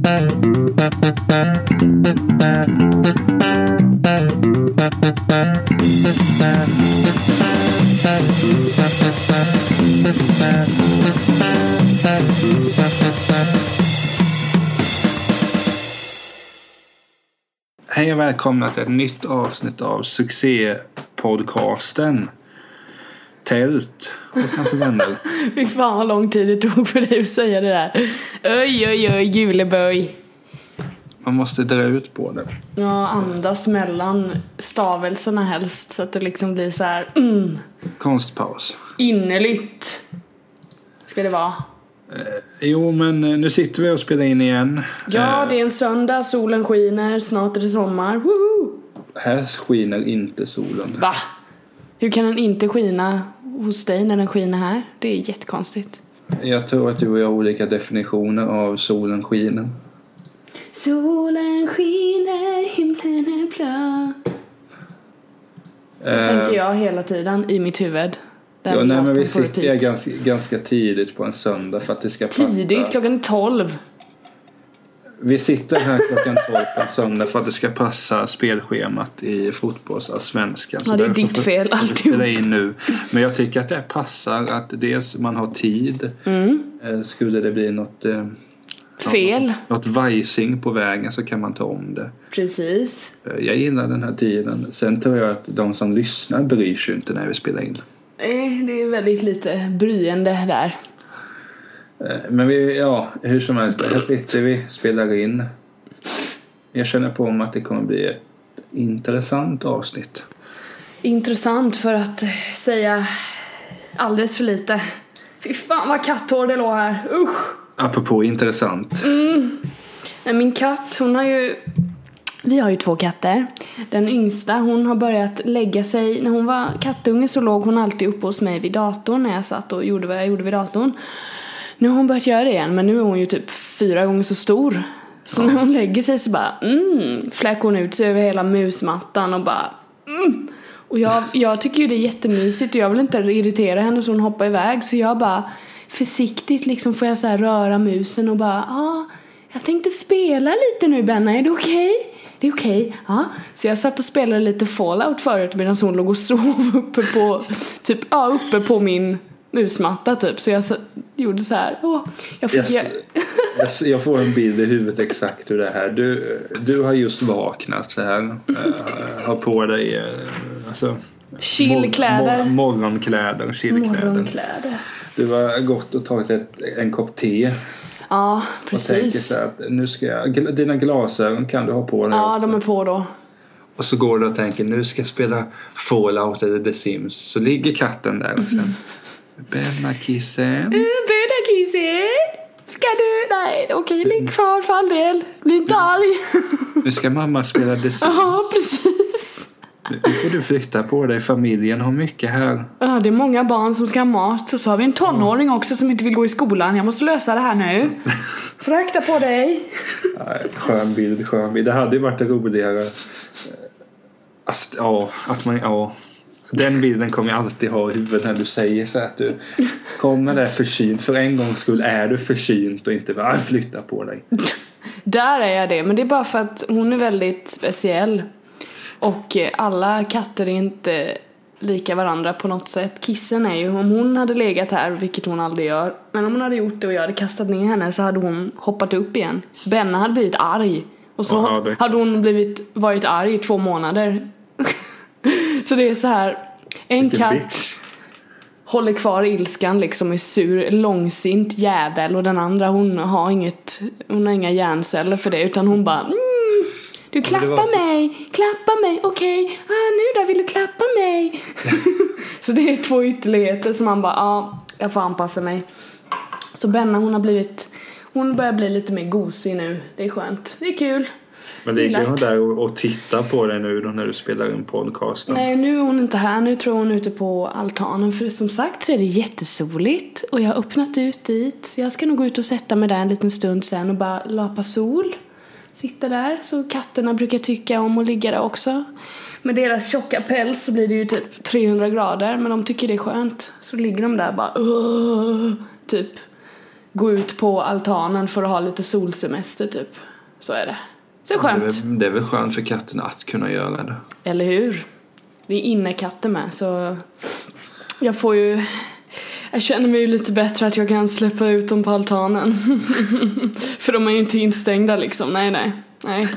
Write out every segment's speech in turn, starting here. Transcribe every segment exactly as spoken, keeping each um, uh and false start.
Hej och välkomna till ett nytt avsnitt av succépodcasten Tält och kanske vänner. Fy fan vad lång tid det tog för dig att säga det där. Oj oj oj, juleböj. Man måste dra ut på det. Ja, andas mellan stavelserna helst så att det liksom blir så här mm, konstpaus. innerligt ska det vara. Eh, jo, men nu sitter vi och spelar in igen. Ja, eh, det är en söndag, solen skiner, snart är det sommar. Woho! Här skiner inte solen. Va? Hur kan den inte skina hos dig när den skiner här? Det är jättekonstigt. Jag tror att du och jag har olika definitioner av solen skiner. Solen skiner, himlen är blå. Så eh, tänker jag hela tiden i mitt huvud. Ja, nej, men vi sitter ganska, ganska tidigt på en söndag för att det ska passa. Tidigt, klockan tolv. Vi sitter här klockan tolv på en söndag för att det ska passa spelschemat i fotbollsallsvenskan. Ja, det är ditt fel alltihop. In nu. Men jag tycker att det passar att dels man har tid. Mm. Skulle det bli något fel, något vajsing på vägen så kan man ta om det. Precis. Jag gillar den här tiden. Sen tror jag att de som lyssnar bryr sig inte när vi spelar in. Nej, det är väldigt lite bryende där. Men vi, ja, hur som helst, här sitter vi, spelar in. Jag känner på mig att det kommer bli ett intressant avsnitt. Intressant för att säga alldeles för lite. Fy fan vad katthår det låg här, usch. Apropå intressant. Mm. Min katt, hon har ju... Vi har ju två katter. Den yngsta, hon har börjat lägga sig. När hon var kattunge så låg hon alltid uppe hos mig vid datorn när jag satt och gjorde vad jag gjorde vid datorn. Nu har hon börjat göra det igen, men nu är hon ju typ fyra gånger så stor. Så ja. När hon lägger sig så bara mm, fläcker hon ut sig över hela musmattan och bara mm. Och jag, jag tycker ju det är jättemysigt och jag vill inte irritera henne så hon hoppar iväg. Så jag bara försiktigt liksom får jag så här röra musen och bara ja, ah, jag tänkte spela lite nu, Benna, är det okej? Okay? Det är okej, okay. Ja. Så jag satt och spelade lite Fallout förut medan hon låg och sov uppe på typ, ja, uppe på min musmatta typ. Så jag så, gjorde så här. Åh, jag, fick, yes. jag... jag får en bild i huvudet exakt hur det här. Du, du har just vaknat så här. Uh, har på dig uh, alltså, chillkläder. Mor- mor- morgonkläder, chillkläder. Morgonkläder. Du har gått och tagit ett, en kopp te. Ja, precis. Och att nu ska jag, dina glasögon kan du ha på dig. Ja, också. de är på då. Och så går du och tänker, nu ska jag spela Fallout eller The Sims. Så ligger katten där och sen Benna kissen. Uh, Benna kissen. Ska du? Nej, okej, okay, ligg kvar för all del. Bli inte arg. Nu ska mamma spela The Sims. Ja, precis. Nu får du flytta på dig. Familjen har mycket här. Ja, det är många barn som ska ha mat. Och så har vi en tonåring också som inte vill gå i skolan. Jag måste lösa det här nu. Frakta på dig. Nej, skön bild, skön bild. Det hade ju varit roligare. Att, ja, att man, ja. Den bilden kommer jag alltid ha i huvudet när du säger så att du kommer där försynt. För en gångs skull är du försynt och inte bara flytta på dig. Där är jag det. Men det är bara för att hon är väldigt speciell. Och alla katter är inte lika varandra på något sätt. Kissen är ju, om hon hade legat här, vilket hon aldrig gör, men om hon hade gjort det och jag hade kastat ner henne så hade hon hoppat upp igen. Benna hade blivit arg. Och så Aha, det... hade hon blivit, varit arg i två månader. Så det är så här, en Vilken katt bitch. håller kvar ilskan liksom, är sur, långsint jävel. Och den andra, hon har inget, hon har inga hjärnceller för det, utan hon bara mm, du klappar var... mig, klappa mig, okej, okay. ah, nu då vill du klappa mig. Så det är två ytterligheter som man bara, ja, ah, jag får anpassa mig. Så Benna, hon har blivit, hon börjar bli lite mer gosig nu. Det är skönt, det är kul. Men ligger hon där och, och tittar på dig nu då när du spelar en podcast? Nej, nu är hon inte här, nu tror hon ute på altanen. För som sagt så är det jättesoligt och jag har öppnat ut dit. Så jag ska nog gå ut och sätta mig där en liten stund sen och bara lapa sol. Sitta där, så katterna brukar tycka om att ligga där också. Med deras tjocka päls så blir det ju typ trehundra grader, men de tycker det är skönt. Så ligger de där bara uh, typ gå ut på altanen för att ha lite solsemester typ. Så är det. Så är det skönt. Det är, väl, det är väl skönt för katterna att kunna göra det. Eller hur? Det är innekatter med, så jag får ju... Jag känner mig ju lite bättre att jag kan släppa ut dem på altanen. För de är ju inte instängda liksom. Nej, nej, nej.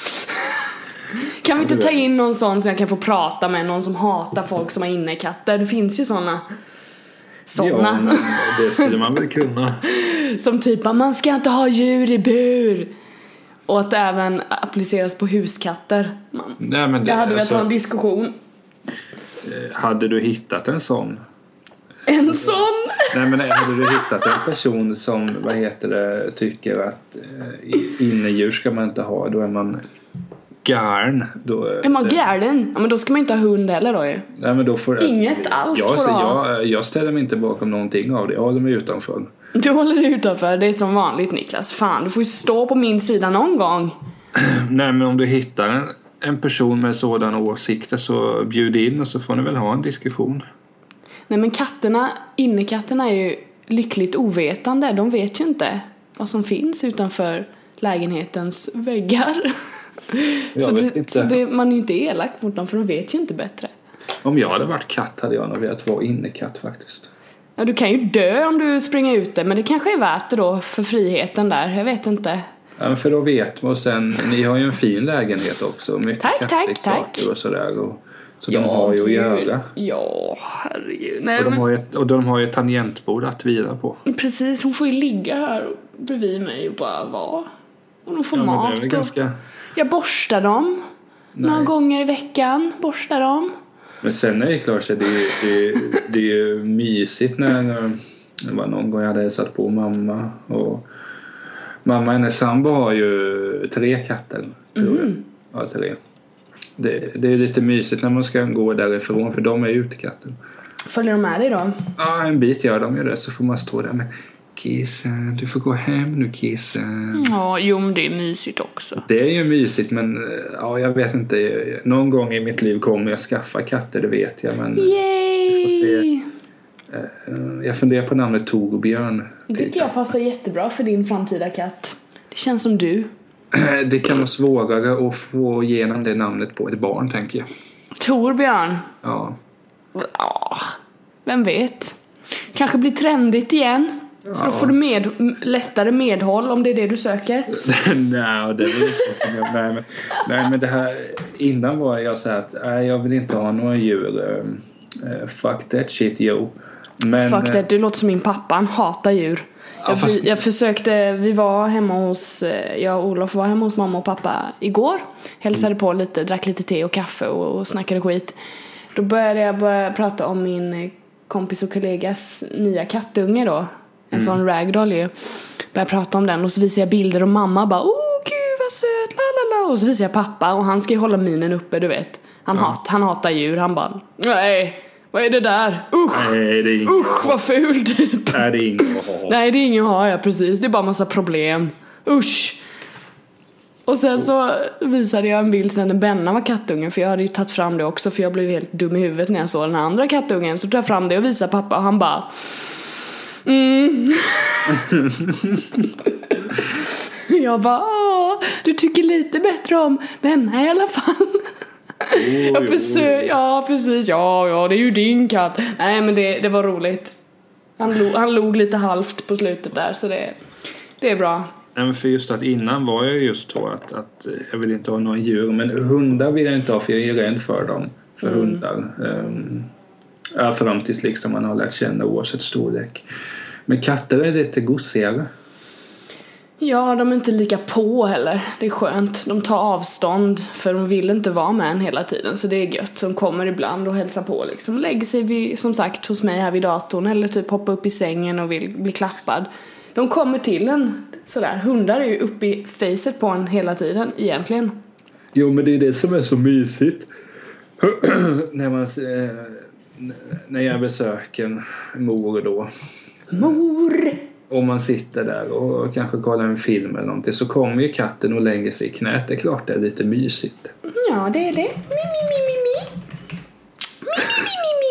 Kan vi inte ta in någon sån så jag kan få prata med någon som hatar folk som har innekatter? Det finns ju såna. Såna. Ja, det skulle man väl kunna. Som typ, man ska inte ha djur i bur. Och att det även appliceras på huskatter. Man. Nej, men det, jag hade velat alltså, ha en diskussion. Hade du hittat en sån? En sån? Nej, men hade du hittat en person som, vad heter det, tycker att eh, innedjur ska man inte ha, då är man garn. Då, är man galen? Ja, men då ska man inte ha hund heller då ju. Nej, men då får Inget jag, alls jag, får jag, jag, jag ställer mig inte bakom någonting av det. Jag håller mig utanför. Du håller dig utanför, det är som vanligt Niklas. Fan, du får ju stå på min sida någon gång. Nej, men om du hittar en, en person med sådana åsikter så bjud in och så får ni väl ha en diskussion. Nej, men katterna, innekatterna är ju lyckligt ovetande. De vet ju inte vad som finns utanför lägenhetens väggar. Jag så vet det, inte. så det, man är ju inte elak mot dem för de vet ju inte bättre. Om jag hade varit katt hade jag nog velat vara innekatt faktiskt. Ja, du kan ju dö om du springer ute, men det kanske är värt det då för friheten där, jag vet inte. Ja, för då vet man. Och sen, ni har ju en fin lägenhet också. Mycket tack, tack, tack. Och sådär. Och, så ja, de har ju att gud. göra. Ja, herregud. Nej, och, de men... har ju ett, och de har ju ett tangentbord att vila på. Precis, hon får ju ligga här bredvid mig och bara vara. Och de får Ja, mat. men det är väl och... ganska... Jag borstar dem. Nice. Några gånger i veckan borstar dem. Men sen är det klart så det är, det är, det är ju mysigt när det var någon gång jag hade satt på mamma. Och mamma och hennes sambo har ju tre katter. Tror Mm. jag. Ja, tre. Det, det är lite mysigt när man ska gå därifrån för de är utekatter. Följer de med dig då? Ja, en bit gör de ju det. Så får man stå där med kissen. Du får gå hem nu, kissen. Ja, jo, men det är mysigt också. Det är ju mysigt, men ja, jag vet inte. Någon gång i mitt liv kommer jag skaffa katter, det vet jag. Men yay! vi får se. Jag funderar på namnet Torbjörn. Det tycker jag passar jättebra för din framtida katt. Det känns som du. Det kan vara svårare att få igenom det namnet på ett barn, tänker jag. Torbjörn? Ja. Ja, vem vet. Kanske blir trendigt igen. Ja. Så då får du med, lättare medhåll om det är det du söker. Nej, det är väl inte som jag... Nej men, nej, men det här... Innan var jag så här att nej, jag vill inte ha några djur. Uh, fuck that shit, yo. Men, fuck that, du låter som min pappa. Han hatar djur. Ja, jag, fast... vi, jag försökte... Vi var hemma hos... Jag och Olof var hemma hos mamma och pappa igår. Hälsade mm. på lite, drack lite te och kaffe och, och snackade skit. Då började jag börja prata om min kompis och kollegas nya kattunge då. En mm. sån ragdoll ju. Började prata om den och så visade jag bilder och mamma bara åh gud vad söt, lalala. Och så visade jag pappa och han ska ju hålla minen uppe, du vet. Han, ja. hat, han hatar djur, han bara nej, vad är det där? Usch, nej, det är inget usch vad ful typ. Nej, det är inget att ha. Nej, det är inget att ha, ja precis. Det är bara massa problem. Usch. Och sen så visade jag en bild sen när Benna var kattungen. För jag hade ju tagit fram det också. För jag blev helt dum i huvudet när jag såg den här andra kattungen. Så tog jag fram det och visade pappa. Och han bara mm. Jag bara åh, du tycker lite bättre om Benna i alla fall. Oh, jag försöker, ja precis. Ja, ja, det är ju din katt. Nej, men det, det var roligt. Han log, han log lite halvt på slutet där. Så det, det är bra. Nej, men för just att innan var jag just så att, att jag vill inte ha några djur. Men hundar vill jag inte ha för jag är rädd för dem. För mm. hundar. Um, ja, fram tills liksom man har lärt känna oavsett storlek. Men katter är lite gossigare. Ja, de är inte lika på heller. Det är skönt. De tar avstånd för de vill inte vara med en hela tiden. Så det är gött. De kommer ibland och hälsar på liksom. Lägger sig vid, som sagt hos mig här vid datorn. Eller typ hoppar upp i sängen och vill bli klappad. De kommer till en sådär. Hundar är ju uppe i facet på en hela tiden egentligen. Jo, men det är det som är så mysigt. när man eh, när jag besöker mor då. Mor! Om man sitter där och kanske kollar en film eller någonting så kommer ju katten och lägger sig i knät. Det är klart det är lite mysigt. Ja, det är det. Mi, mi, mi, mi, mi. Mi, mi, mi, mi, mi, mi,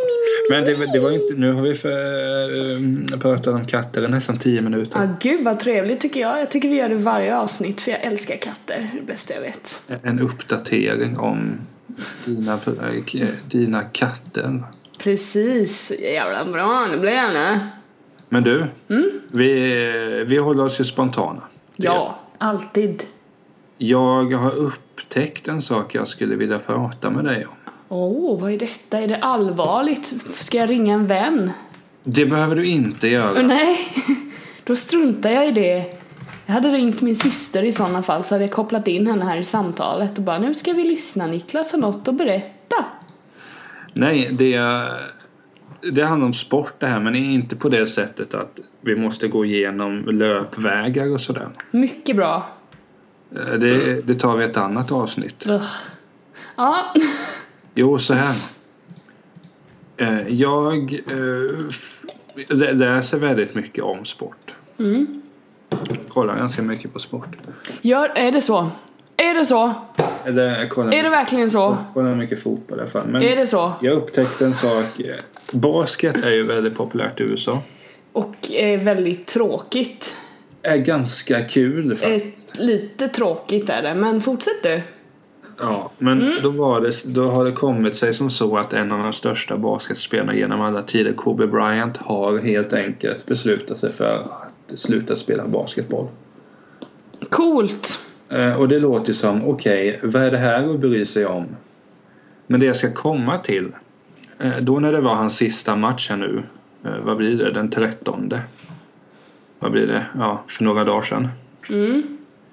Men det, det var inte, nu har vi för, äh, pratat om katter i nästan tio minuter. Ja, gud vad trevligt tycker jag. Jag tycker vi gör det varje avsnitt för jag älskar katter. Det bästa jag vet. En uppdatering om dina, äh, dina katter. Precis, jävla bra, det blir gärna. Men du, mm? vi, vi håller oss ju spontana. Ja, alltid. Jag har upptäckt en sak jag skulle vilja prata med dig om. Åh, oh, vad är detta? Är det allvarligt? Ska jag ringa en vän? Det behöver du inte göra. Nej, då struntar jag i det. Jag hade ringt min syster i sådana fall, så hade jag kopplat in henne här i samtalet och bara, nu ska vi lyssna, Niklas har något att berätta. Nej, det, det handlar om sport det här, men inte på det sättet att vi måste gå igenom löpvägar och sådär. Mycket bra. Det, det tar vi ett annat avsnitt. Ugh. Ja. Jo, så här. Jag läser väldigt mycket om sport. Mm. Kollar ganska mycket på sport. Gör, är det så? Är det så? Eller, kollar, är det verkligen så? Jag kollar mycket fotboll i alla fall. Men är det så? Jag upptäckte en sak. Basket är ju väldigt populärt i U S A. Och är väldigt tråkigt. Är ganska kul faktiskt. Ett, lite tråkigt är det, men fortsätt du. Ja, men mm. då, var det, då har det kommit sig som så att en av de största basketspelarna genom alla tider, Kobe Bryant, har helt enkelt beslutat sig för att sluta spela basketboll. Coolt. Eh, och det låter som, okej, okay, vad är det här att bry sig om? Men det jag ska komma till, eh, då när det var hans sista match här nu, eh, vad blir det, den trettonde? Vad blir det? Ja, för några dagar sedan. Mm.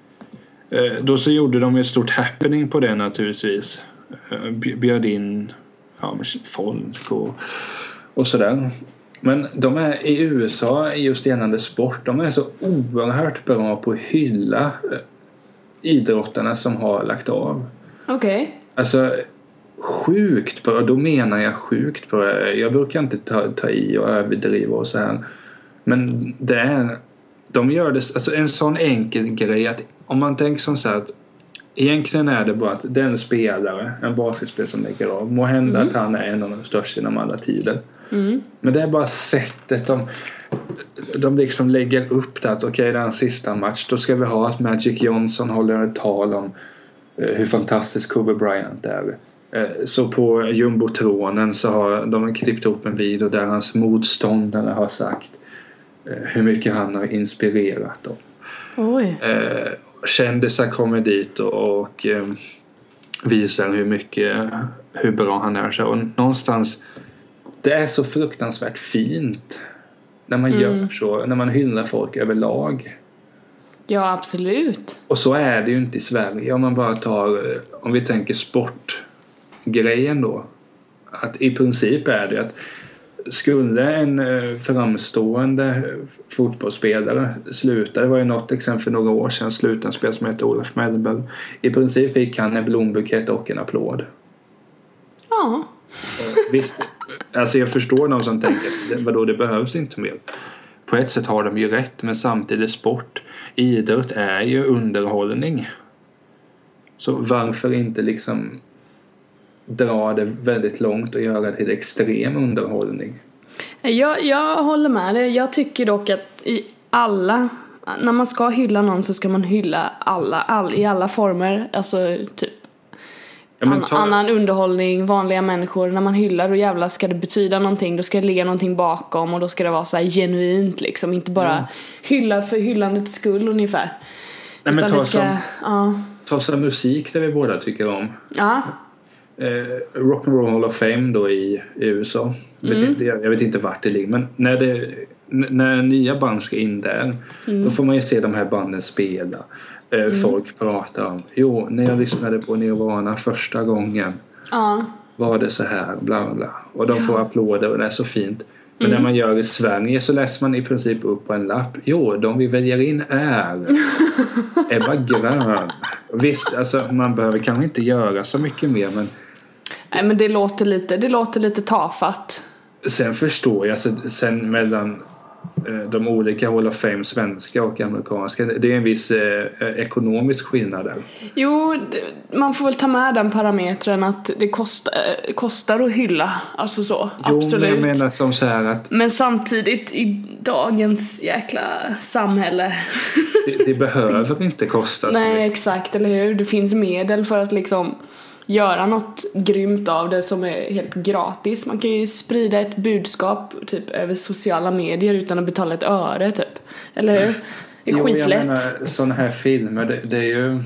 Då så gjorde de ett stort happening på det naturligtvis. Bjöd in ja, folk och, och sådär. Men de är i U S A just gällande sport. De är så oerhört bra på att hylla idrottarna som har lagt av. Okej. Okay. Alltså sjukt bra. Då menar jag sjukt bra. Jag brukar inte ta, ta i och överdriva och så här. Men det är... De gör det, alltså en sån enkel grej att om man tänker som så här att egentligen är det bara att den spelare, en basketspelare som lägger av, må hända mm. att han är en av de största inom alla tider. Mm. Men det är bara sättet de, de liksom lägger upp det att okej, okay, det är en sista match, då ska vi ha att Magic Johnson håller ett tal om uh, hur fantastisk Kobe Bryant är. Uh, så på jumbotronen så har de klippt upp en video där hans motståndare har sagt hur mycket han har inspirerat dem. Oj. Eh, kändisar kommer dit och, och eh, visar hur mycket hur bra han är. Så, och någonstans det är så fruktansvärt fint när man mm. gör så, när man hyllar folk överlag. Ja, absolut. Och så är det ju inte i Sverige. Om man bara tar, om vi tänker sportgrejen då, att i princip är det att skulle en framstående fotbollsspelare sluta, det var ju något exempel för några år sedan, slutade en spelare som heter Olof Mellberg. I princip fick han en blombukett och en applåd. Ja. Visst, alltså jag förstår någon som tänker, vadå, det behövs inte mer. På ett sätt har de ju rätt, men samtidigt sport, idrott är ju underhållning. Så varför inte liksom dra det väldigt långt och göra det till extrem underhållning? Jag, jag håller med dig. Jag tycker dock att i alla, när man ska hylla någon så ska man hylla alla, all, i alla former. Alltså typ ja, men ta... an, annan underhållning, vanliga människor. När man hyllar, då jävla ska det betyda någonting. Då ska det ligga någonting bakom och då ska det vara så här genuint liksom. Inte bara mm. hylla för hyllandets skull ungefär. Nej, men ta, ska, som, ja. ta som musik där vi båda tycker om. Ja. Eh, Rock'n'Roll Hall of Fame då i, i U S A. Mm. Vet inte, jag vet inte vart det ligger, men när, det, n- när nya band ska in där mm. då får man ju se de här banden spela. Eh, mm. Folk pratar om, jo, när jag lyssnade på Nirvana första gången ja. var det så här, bla bla bla. Och de ja. får applåder och det är så fint. Men mm. när man gör i Sverige så läser man i princip upp på en lapp, jo, de vi väljer in är Ebba Grön. Visst, alltså man behöver kanske inte göra så mycket mer, men nej, men det låter lite, det låter lite tafatt. Sen förstår jag, alltså, sen mellan de olika Hall of Fame, svenska och amerikanska. Det är en viss eh, ekonomisk skillnad där. Jo, man får väl ta med den parametern att det kostar, kostar att hylla. Alltså så, jo, absolut. Men jag menar som så här att... Men samtidigt i dagens jäkla samhälle. det, det behöver inte kosta. Nej, exakt, eller hur? Det finns medel för att liksom göra något grymt av det som är helt gratis. Man kan ju sprida ett budskap typ över sociala medier utan att betala ett öre typ. Eller hur? Det är jo, skitlätt. Jag menar, sådana här filmer, det, det är ju...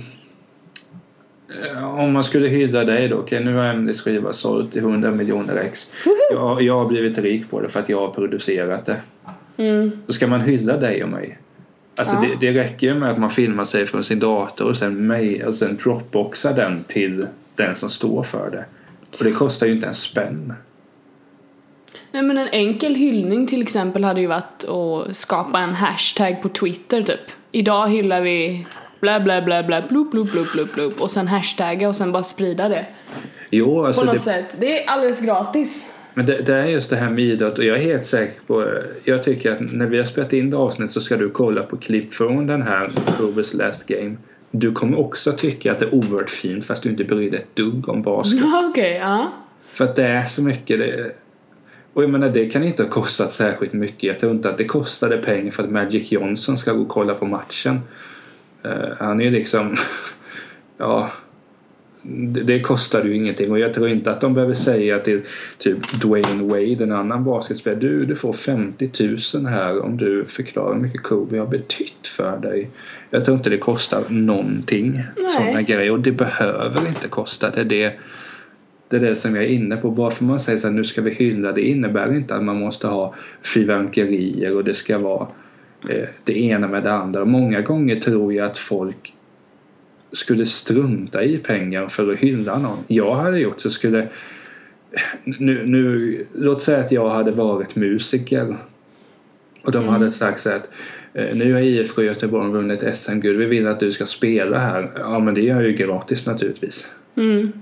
Om man skulle hylla dig då, okej, nu har Emily's skiva sålt till hundra miljoner ex. Jag, jag har blivit rik på det för att jag har producerat det. Mm. Så ska man hylla dig och mig. Alltså ja. det, det räcker ju med att man filmar sig från sin dator och sen, mail, och sen dropboxar den till den som står för det. Och det kostar ju inte en spänn. Nej, men en enkel hyllning till exempel hade ju varit att skapa en hashtag på Twitter typ. Idag hyllar vi bla bla bla bla blup blup blup blup blup och sen hashtagga och sen bara sprida det. Jo, alltså på något det, sätt. Det är alldeles gratis. Men det, det är just det här med idrott och jag är helt säker på, jag tycker att när vi har spelat in det avsnitt så ska du kolla på klipp från den här Kobe's Last Game. Du kommer också tycka att det är oerhört fint fast du inte bryr dig ett dugg om basket. Ja, okej, okay, ja. För att det är så mycket det, och jag menar det kan inte ha kostat särskilt mycket. Jag tror inte att det kostade pengar för att Magic Johnson ska gå och kolla på matchen. Uh, han är ju liksom ja, det, det kostar ju ingenting och jag tror inte att de behöver säga till typ Dwayne Wade, en annan basketspelare, du, du får femtio tusen här om du förklarar hur mycket Kobe har betytt för dig. Jag tror inte det kostar någonting. Sådana grejer, och det behöver inte kosta. Det är det, det är det som jag är inne på. Bara för man säger så här, nu ska vi hylla, det innebär inte att man måste ha fyrverkerier och det ska vara eh, det ena med det andra. Många gånger tror jag att folk skulle strunta i pengar för att hylla någon. Jag hade gjort så skulle nu, nu låt säga att jag hade varit musiker och de mm. hade sagt så att nu har I F K Göteborg vunnit S M-guld, vi vill att du ska spela här. Ja, men det är ju gratis naturligtvis. Mm.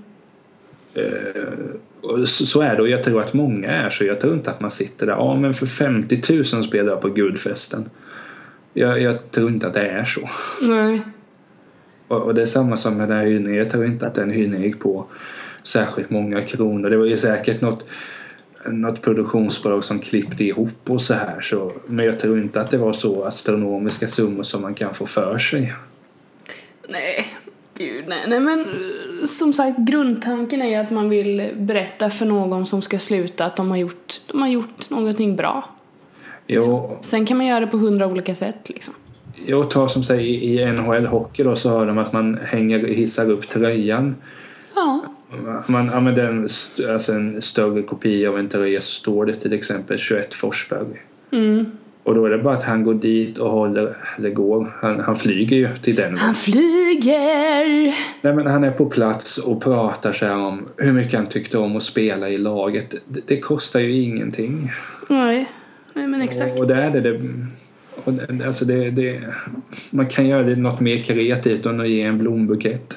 Och så är det, och jag tror att många är så. Jag tror inte att man sitter där, ja men för femtio tusen spelar jag på guldfesten. Jag, jag tror inte att det är så. Nej. Och det är samma som med den här hyllningen. Jag tror inte att den hyllningen gick på särskilt många kronor. Det var ju säkert något, något produktionsbolag som klippte ihop och så här. Så, men jag tror inte att det var så astronomiska summor som man kan få för sig. Nej, gud nej. Nej men som sagt, grundtanken är att man vill berätta för någon som ska sluta att de har gjort, de har gjort någonting bra. Jo. Sen kan man göra det på hundra olika sätt liksom. Jag tar som säger i N H L hockey då, så hör de att man hänger, hissar upp tröjan. Ja. Man använder en, alltså en större kopia av en tröja, så står det till exempel tjugoett Forsberg. Mm. Och då är det bara att han går dit och håller, eller går, han, han flyger ju till den. Han flyger! Nej, men han är på plats och pratar så här om hur mycket han tyckte om att spela i laget. Det, det kostar ju ingenting. Nej, nej men exakt. Och, och där är det, det och det, alltså det, det, man kan göra det något mer kreativt än att ge en blombukett.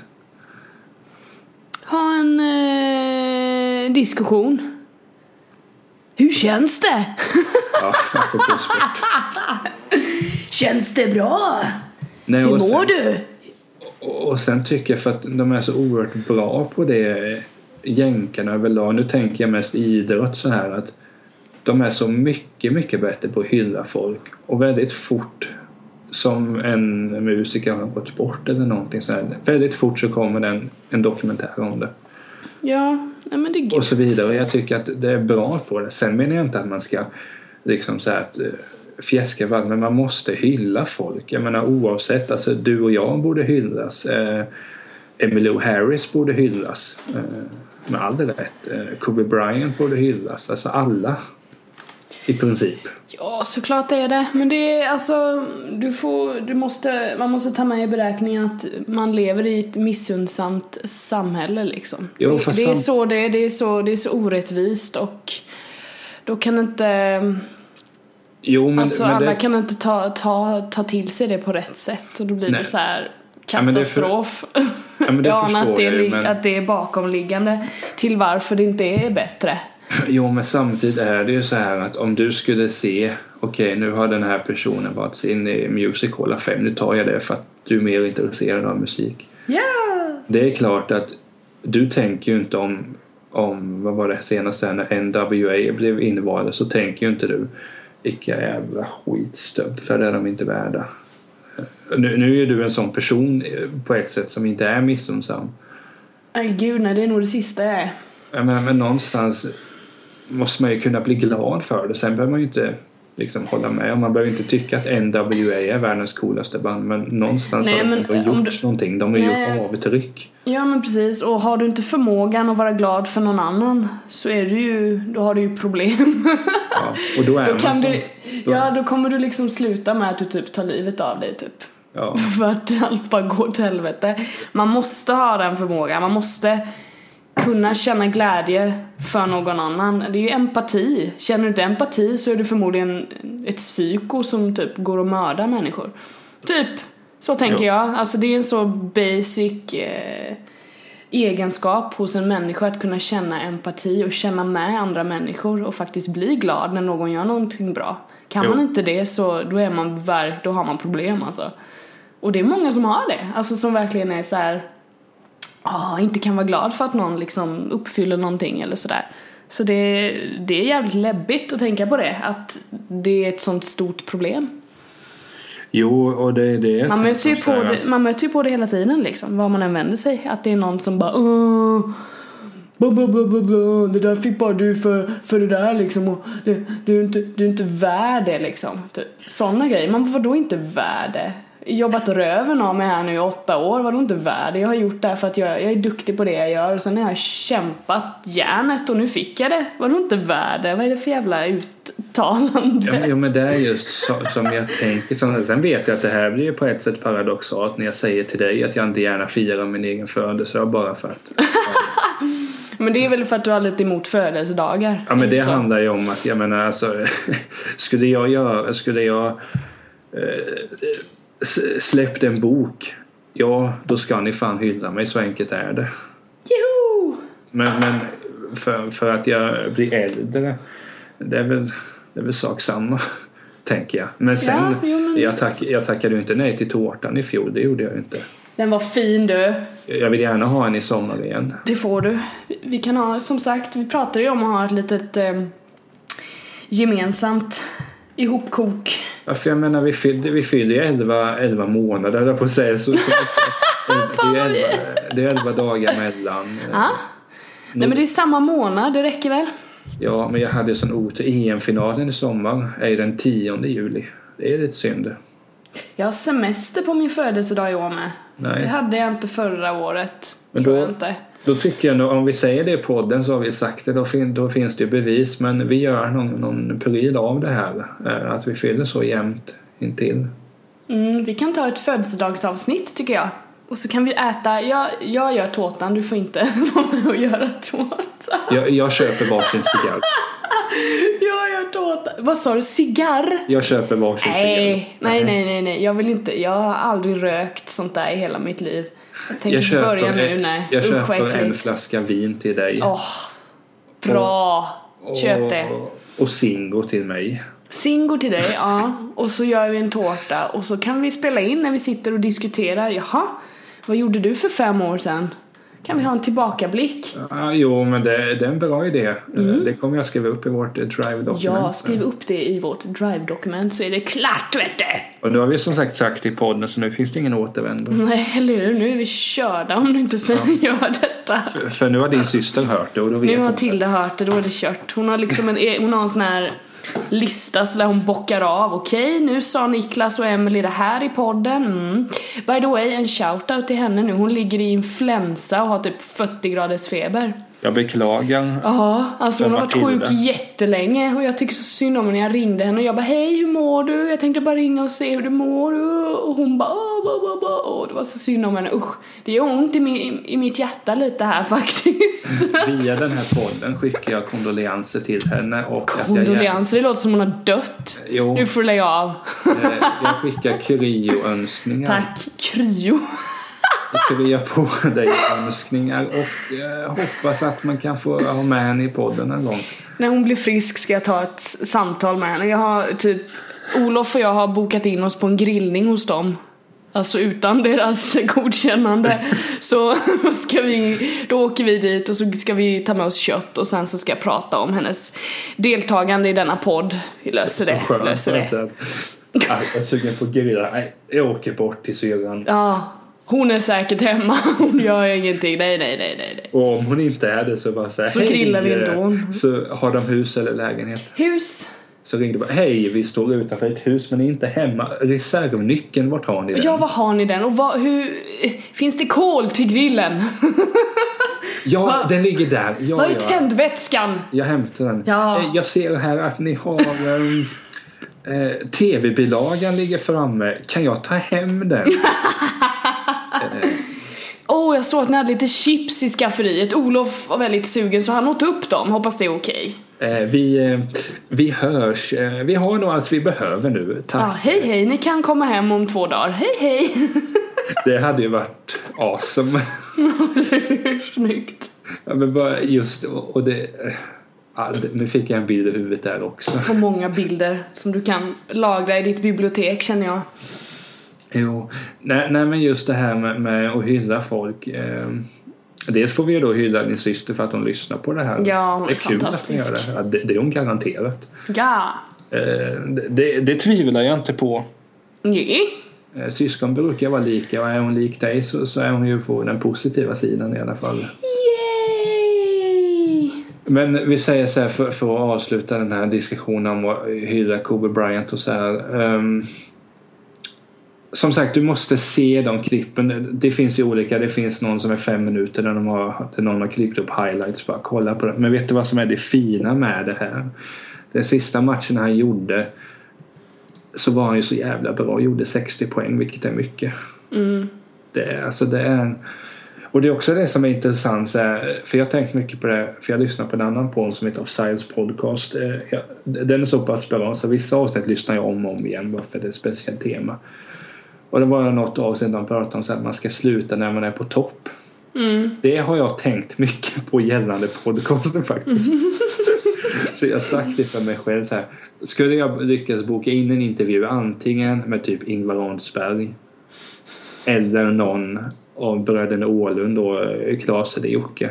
Ha en eh, diskussion. Hur känns det? Ja, apropå sport. Känns det bra? Nej, Hur mår sen, du? Och, och sen tycker jag, för att de är så oerhört bra på det, jänkarna överlag. Nu tänker jag mest idrott så här, att de är så mycket, mycket bättre på att hylla folk. Och väldigt fort, som en musiker har gått bort eller någonting så här, väldigt fort så kommer det en, en dokumentär om det. Ja, men det är gött. Och så vidare. Och jag tycker att det är bra på det. Sen menar jag inte att man ska liksom så här att fjäska varandra, men man måste hylla folk. Jag menar oavsett, alltså du och jag borde hyllas. Eh, Emmylou Harris borde hyllas. Eh, med all rätt. Eh, Kobe Bryant borde hyllas. Alltså alla. I princip. Ja, såklart är det. Men det är alltså, du får, du måste, man måste ta med i beräkningen att man lever i ett missunnsamt samhälle liksom. Jo, det, det är sam- så det är, det är så, det är så orättvist och då kan inte jo, men, alltså men alla det... kan inte ta, ta, ta till sig det på rätt sätt och då blir Nej. det så här katastrof. Ja, men det ja, förstår att, det är, jag ju, men... att det är bakomliggande till varför det inte är bättre. Jo, men samtidigt är det ju så här att om du skulle se, okej, okay, nu har den här personen varit in i Music Hall of Fame, nu tar jag det för att du är mer intresserad av musik. Ja! Yeah. Det är klart att du tänker ju inte om, om vad var det senaste när N W A blev invalda, så tänker ju inte du, vilka jävla skitstövlar, är de inte värda. Nu, nu är du en sån person på ett sätt som inte är missunnsam. Nej gud, nej, det är nog det sista jag är. Men, men någonstans måste man ju kunna bli glad för det. Sen behöver man ju inte liksom hålla med. Och man behöver inte tycka att N W A är världens coolaste band. Men någonstans nej, har de men, gjort du, någonting. De har nej. gjort avtryck. Ja, men precis. Och har du inte förmågan att vara glad för någon annan, så är du ju, då har du ju problem. Ja, och då är då kan så, du, då ja, då kommer du liksom sluta med att du typ tar livet av dig typ. Ja. För att allt bara går till helvete. Man måste ha den förmågan. Man måste kunna känna glädje för någon annan. Det är ju empati. Känner du inte empati så är du förmodligen ett psyko som typ går och mördar människor. Typ, så tänker jo. jag. Alltså det är en så basic eh, egenskap hos en människa att kunna känna empati och känna med andra människor och faktiskt bli glad när någon gör någonting bra. Kan jo. man inte det, så då är man ver- då har man problem alltså. Och det är många som har det. Alltså som verkligen är så här, ah, inte kan vara glad för att någon liksom uppfyller någonting eller sådär. Så det, det är jävligt läbbigt att tänka på det. Att det är ett sånt stort problem. Jo, och det är det. Man möter, ju på det, man möter ju på det hela tiden liksom. Var man än vänder sig. Att det är någon som bara Åh, bla bla bla bla bla. Det där fick bara du för, för det där liksom. Och det, du, är inte, du är inte värd det liksom. Typ. Sådana grejer. Man var då inte värd det. Jobbat röven av mig här nu i åtta år. Var då inte värd det. Jag har gjort det för att jag, jag är duktig på det jag gör. Och sen har jag kämpat järnet och nu fick jag det. Var då inte värd det. Vad är det för jävla uttalande? Ja, men, ja, men det är just så, som jag tänker. Som, sen vet jag att det här blir på ett sätt paradoxalt när jag säger till dig att jag inte gärna firar min egen födelsedag bara för att... Ja. Men det är väl för att du har lite emot födelsedagar. Ja, men det så. handlar ju om att jag menar alltså, skulle jag göra, skulle jag eh, släppt en bok, ja, då ska ni fan hylla mig, så enkelt är det. Juhu! Men, men för, för att jag blir äldre, det är väl, det är väl sak samma, tänker jag. Men sen, ja, jo, men jag, tack, jag tackade ju inte nej till tårtan i fjol, det gjorde jag ju inte. Den var fin du. Jag vill gärna ha en i sommar igen. Det får du. Vi kan ha, som sagt, vi pratade ju om att ha ett litet eh, gemensamt ihopkok. Ja, för jag menar, vi fyllde, vi fyllde elva, elva månader där på att säga så. så det, är elva, det är elva dagar mellan. Ja. Nej, men det är samma månad, det räcker väl? Ja, men jag hade ju sån otur. E M-finalen i sommar är den tionde juli. Det är lite synd. Jag har semester på min födelsedag i år med. Nice. Det hade jag inte förra året. Men tror då, jag inte. Då tycker jag nog, om vi säger det i podden så har vi sagt det. Då, fin, då finns det ju bevis. Men vi gör någon, någon pryl av det här. Att vi fyller så jämnt intill. Mm, vi kan ta ett födelsedagsavsnitt tycker jag. Och så kan vi äta. Jag, jag gör tårtan. Du får inte vara med och göra tårtan. Jag, jag köper varsin cigarr. Jag gör tårta. Vad sa du? Cigarr? Jag köper varsin nej, cigarr. Nej, nej, nej, nej. Jag vill inte. Jag har aldrig rökt sånt där i hela mitt liv. Jag tänker jag köper börja nu. En, nej. jag Usch, köper äckligt. En flaska vin till dig. Åh, oh, bra. Och, köp det. Och, och Singo till mig. Singo till dig, ja. Och så gör vi en tårta. Och så kan vi spela in när vi sitter och diskuterar. Jaha, vad gjorde du för fem år sedan? Kan vi ha en tillbakablick? Ja, jo, men det, det är en bra idé. Mm. Det kommer jag skriva upp i vårt Drive-dokument. Ja, skriv upp det i vårt Drive-dokument så är det klart, vet du! Och nu har vi som sagt sagt i podden så nu finns det ingen återvändo. Nej, eller hur? Nu är vi körda om du inte ja. gör detta. För, för nu har din syster hört det och då vet Nu har Tilda hört det, då är det kört. Hon har liksom en, hon har en sån här lista så där hon bockar av. Okej, nu sa Niklas och Emily det här i podden. Mm. By the way, en shoutout till henne nu. Hon ligger i influensa och har typ fyrtio graders feber. Jag beklagar. Ja, alltså hon har varit sjuk jättelänge. Och jag tycker så synd om när jag ringde henne. Och jag bara, hej hur mår du? Jag tänkte bara ringa och se hur du mår. Och hon bara, åh, bah, bah, bah. Och det var så synd om henne. Usch, det gör ont i, mi- i mitt hjärta lite här faktiskt. Via den här podden skickar jag kondolenser till henne. Och kondolenser, det låter som hon har dött. Jo. Nu får du lägga av. Jag skickar kryo-önskningar. Tack, kryo. krya på dig önskningar och eh, hoppas att man kan få ha med henne i podden en gång. När hon blir frisk ska jag ta ett samtal med henne. Jag har typ Olof och jag har bokat in oss på en grillning hos dem. Alltså utan deras godkännande. Så ska vi, då åker vi dit och så ska vi ta med oss kött. Och sen så ska jag prata om hennes deltagande i denna podd. Vi löser det, skönt, löser det. Alltså, jag är sugen på att grilla. Nej, jag åker bort till syrran. Ja, hon är säkert hemma. Hon gör ingenting, nej, nej, nej, nej. Och om hon inte är det så bara så här, så grillar vi ändå. Så har de hus eller lägenhet? Hus. Så ringde bara, hej, vi står utanför ett hus men ni är inte hemma. Reservnyckeln, vart har ni den? Ja, var har ni den? Och vad, hur, finns det kol till grillen? Ja, Va? Den ligger där. Ja, vad är ja. tändvätskan? Jag hämtar den. Ja. Jag ser här att ni har um, eh, tv-bilagan ligger framme. Kan jag ta hem den? Åh, oh, jag såg att ni hade lite chips i skafferiet. Olof var väldigt sugen så han åt upp dem. Hoppas det är okej. Eh, vi, eh, vi hörs. Eh, vi har nog allt vi behöver nu. Tack. Ja, hej hej, ni kan komma hem om två dagar. Hej hej. Det hade ju varit awesome. Snyggt. Ja, men bara just och det, ja, nu fick jag en bild i huvudet där också. För många bilder som du kan lagra i ditt bibliotek känner jag. Jo, nej, nej men just det här med, med att hylla folk. Eh, dels får vi ju då hylla din syster för att hon lyssnar på det här. Ja, hon är, det är kul fantastisk. att hon gör det. Ja, det. Det är hon garanterat. Ja. Eh, det, det, det tvivlar jag inte på. Nej. Eh, syskon brukar vara lika och är hon lik dig så, så är hon ju på den positiva sidan i alla fall. Yay! Men vi säger så här för, för att avsluta den här diskussionen om att hylla Kobe Bryant och så här. Um, som sagt, du måste se de klippen. Det finns ju olika. Det finns någon som är fem minuter där, de har, där någon har klippt upp highlights. Bara kolla på det. Men vet du vad som är det fina med det här? Den sista matchen han gjorde så var han ju så jävla bra. Gjorde sextio poäng, vilket är mycket. Mm. Det är, alltså det är en, och det är också det som är intressant så här, för jag har tänkt mycket på det, för jag lyssnar på en annan podd som heter Offsides podcast. Jag, den är så pass bra så vissa avsnitt lyssnar jag om och om igen bara för det är ett speciellt tema. Och det var något avsnitt de pratade om så att man ska sluta när man är på topp. Mm. Det har jag tänkt mycket på gällande podcasten faktiskt. Så jag har sagt det för mig själv så här. Skulle jag lyckas boka in en intervju antingen med typ Ingvar Rondsberg eller någon av bröderna Åhlund och Klas eller Jocke.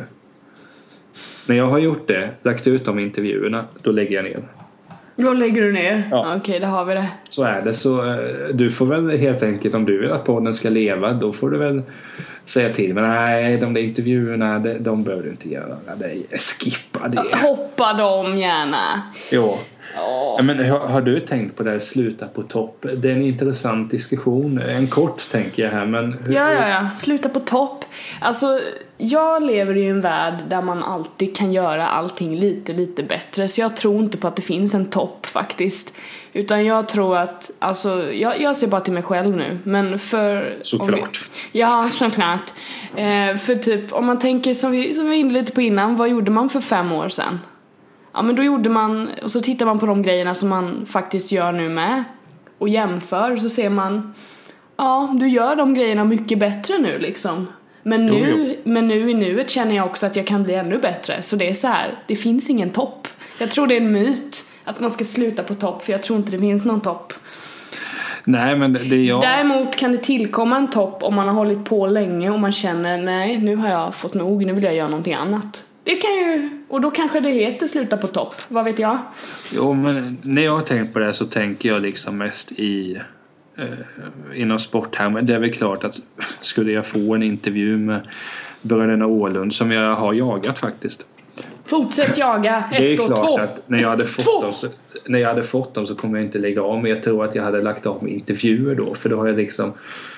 När jag har gjort det, lagt ut de intervjuerna, då lägger jag ner. Då lägger du ner? Ja. Okej, okay, då har vi det. Så är det. Så du får väl helt enkelt, om du vill att podden ska leva, då får du väl säga till. Men nej, de där intervjuerna, de, de behöver du inte göra. Det, skippa det. Hoppa dem gärna. Jo. Oh. Men har, har du tänkt på det här, sluta på topp? Det är en intressant diskussion. En kort tänker jag här, men hur, ja, ja, ja. Sluta på topp. Alltså, jag lever i en värld där man alltid kan göra allting lite, lite bättre. Så jag tror inte på att det finns en topp faktiskt. Utan jag tror att, alltså, jag, jag ser bara till mig själv nu. Men för... Såklart. Vi, ja, såklart. Eh, för typ, om man tänker som vi, som vi var inne lite på innan, vad gjorde man för fem år sedan? Ja, men då gjorde man, och så tittar man på de grejerna som man faktiskt gör nu med och jämför, så ser man, ja, du gör de grejerna mycket bättre nu liksom. Men nu, jo, jo. Men nu i nuet känner jag också att jag kan bli ännu bättre. Så det är så här, det finns ingen topp. Jag tror det är en myt att man ska sluta på topp, för jag tror inte det finns någon topp. Nej, men det är jag... Däremot kan det tillkomma en topp om man har hållit på länge och man känner, nej, nu har jag fått nog, nu vill jag göra någonting annat. Det kan ju, och då kanske det heter sluta på topp, vad vet jag? Jo, men när jag har tänkt på det så tänker jag liksom mest i eh, inom sport här. Men det är väl klart att skulle jag få en intervju med bröderna Åhlund, som jag har jagat faktiskt. Fortsätt jaga, ett det är och klart två. Att när jag hade fått dem så, när jag hade fått dem så kommer jag inte lägga av, men jag tror att jag hade lagt av med intervjuer då, för då har jag liksom,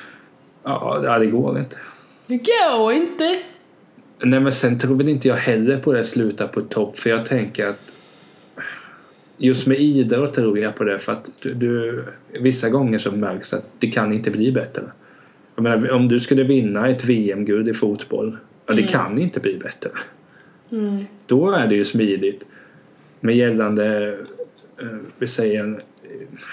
ja, det går inte. Det går inte. Nej, men sen tror väl inte jag heller på det sluta på topp, för jag tänker att just med idrott tror jag på det, för att du, du vissa gånger så märks att det kan inte bli bättre. Jag menar, om du skulle vinna ett V M-guld i fotboll, ja, det mm. kan inte bli bättre. Mm. Då är det ju smidigt med gällande eh, vi säger